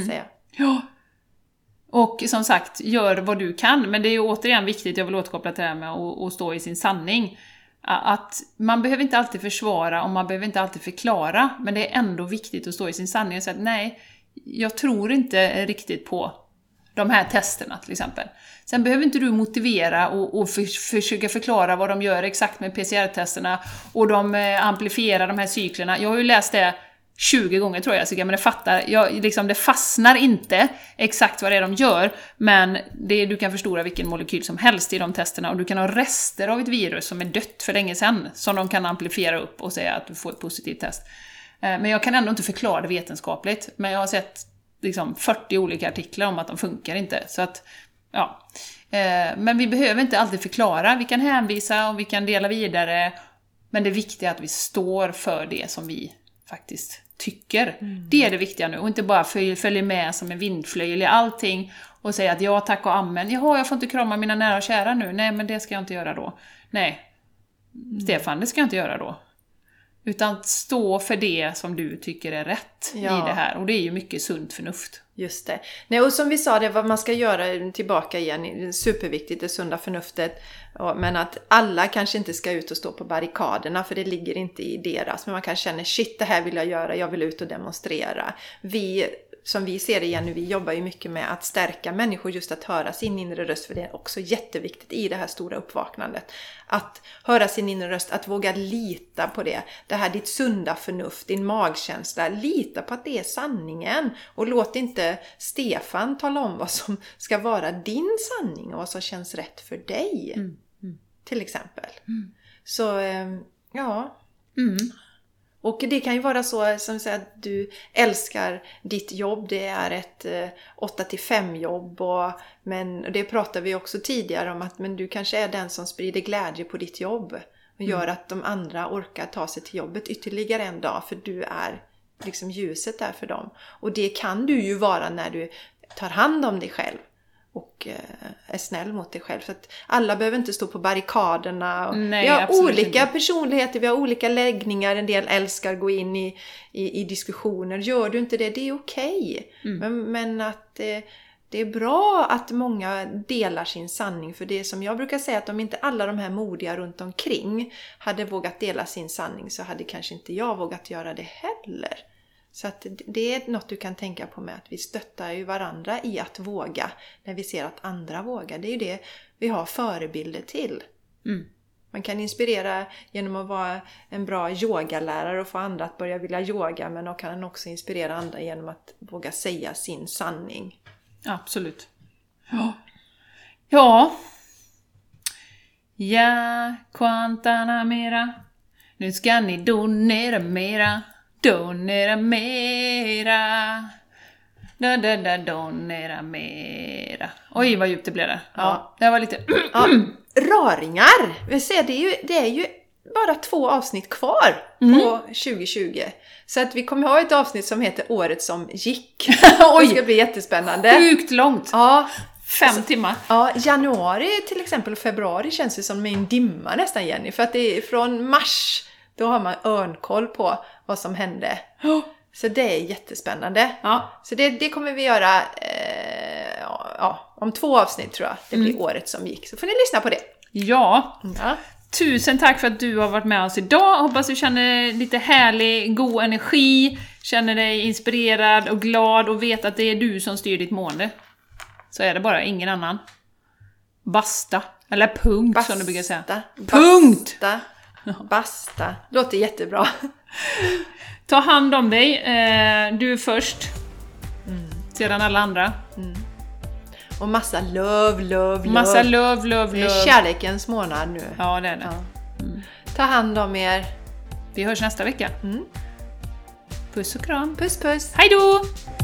S1: Ja. Och som sagt, gör vad du kan. Men det är ju återigen viktigt, jag vill återkoppla till det här med att stå i sin sanning. Att man behöver inte alltid försvara och man behöver inte alltid förklara. Men det är ändå viktigt att stå i sin sanning och säga att nej, jag tror inte riktigt på de här testerna till exempel. Sen behöver inte du motivera och försöka förklara vad de gör exakt med PCR-testerna. Och de amplifierar de här cyklerna. Jag har ju läst det 20 gånger tror jag, men det fastnar inte exakt vad det är de gör, men du kan förstora vilken molekyl som helst i de testerna och du kan ha rester av ett virus som är dött för länge sedan som de kan amplifiera upp och säga att du får ett positivt test. Men jag kan ändå inte förklara det vetenskapligt, men jag har sett 40 olika artiklar om att de funkar inte, så att ja. Men vi behöver inte alltid förklara, vi kan hänvisa och vi kan dela vidare, men det viktiga är att vi står för det som vi faktiskt tycker. Det är det viktiga nu. Och inte bara följa med som en vindflöjel i allting och säga att ja, tack och amen. Jaha, jag får inte krama mina nära och kära nu. Nej, men det ska jag inte göra då. Nej, Stefan, det ska jag inte göra då. Utan stå för det som du tycker är rätt i det här. Och det är ju mycket sunt förnuft.
S2: Just det. Nej, och som vi sa, det vad man ska göra tillbaka igen, det är superviktigt, det sunda förnuftet. Men att alla kanske inte ska ut och stå på barrikaderna, för det ligger inte i deras. Men man kan känna, shit, det här vill jag göra, jag vill ut och demonstrera. Som vi ser det igen nu, vi jobbar ju mycket med att stärka människor, just att höra sin inre röst, för det är också jätteviktigt i det här stora uppvaknandet. Att höra sin inre röst, att våga lita på det. Det här ditt sunda förnuft, din magkänsla, lita på att det är sanningen. Och låt inte Stefan tala om vad som ska vara din sanning och vad som känns rätt för dig. Till exempel. Så, ja. Och det kan ju vara så som säger att du älskar ditt jobb. Det är ett 8-5 jobb. Men det pratar vi också tidigare om, att men du kanske är den som sprider glädje på ditt jobb. Och gör att de andra orkar ta sig till jobbet ytterligare en dag. För du är liksom ljuset där för dem. Och det kan du ju vara när du tar hand om dig själv. Och är snäll mot dig själv. För att alla behöver inte stå på barrikaderna. Och
S1: nej,
S2: vi har olika
S1: inte.
S2: Personligheter, vi har olika läggningar. En del älskar gå in i diskussioner. Gör du inte det, det är okej. Men att det är bra att många delar sin sanning. För det är som jag brukar säga, att om inte alla de här modiga runt omkring hade vågat dela sin sanning, så hade kanske inte jag vågat göra det heller. Så att det är något du kan tänka på med, att vi stöttar ju varandra i att våga när vi ser att andra vågar. Det är ju det vi har förebilder till. Man kan inspirera genom att vara en bra yogalärare och få andra att börja vilja yoga, men då kan man också inspirera andra genom att våga säga sin sanning.
S1: Absolut. Ja. Ja, quantana mera. Nu ska ni donera mera. Donera mera. Donera mera. Oj, vad djupt det blev där. Ja, det var lite...
S2: Raringar! Det är ju bara 2 avsnitt kvar på 2020. Så att vi kommer ha ett avsnitt som heter Året som gick. Oj, det ska bli jättespännande.
S1: Sjukt långt.
S2: Ja.
S1: 5 timmar.
S2: Ja, januari till exempel och februari känns det som en dimma nästan, Jenny. För att det är från mars, då har man örnkoll på vad som hände. Så det är jättespännande. Ja. Så det kommer vi göra om 2 avsnitt tror jag. Det blir året som gick. Så får ni lyssna på det.
S1: Ja. Tusen tack för att du har varit med oss idag. Hoppas du känner lite härlig, god energi. Känner dig inspirerad och glad och vet att det är du som styr ditt mående. Så är det bara, ingen annan. Basta. Eller punkt, basta, som du brukar säga. Punkt!
S2: Basta. Låter jättebra.
S1: Ta hand om dig. Du är först. Sedan alla andra.
S2: Och massa love.
S1: Massa love.
S2: Det är kärlekens månad nu.
S1: Ja, det är det.
S2: Ja. Ta hand om er.
S1: Vi hörs nästa vecka. Puss och kram.
S2: Puss.
S1: Hej då!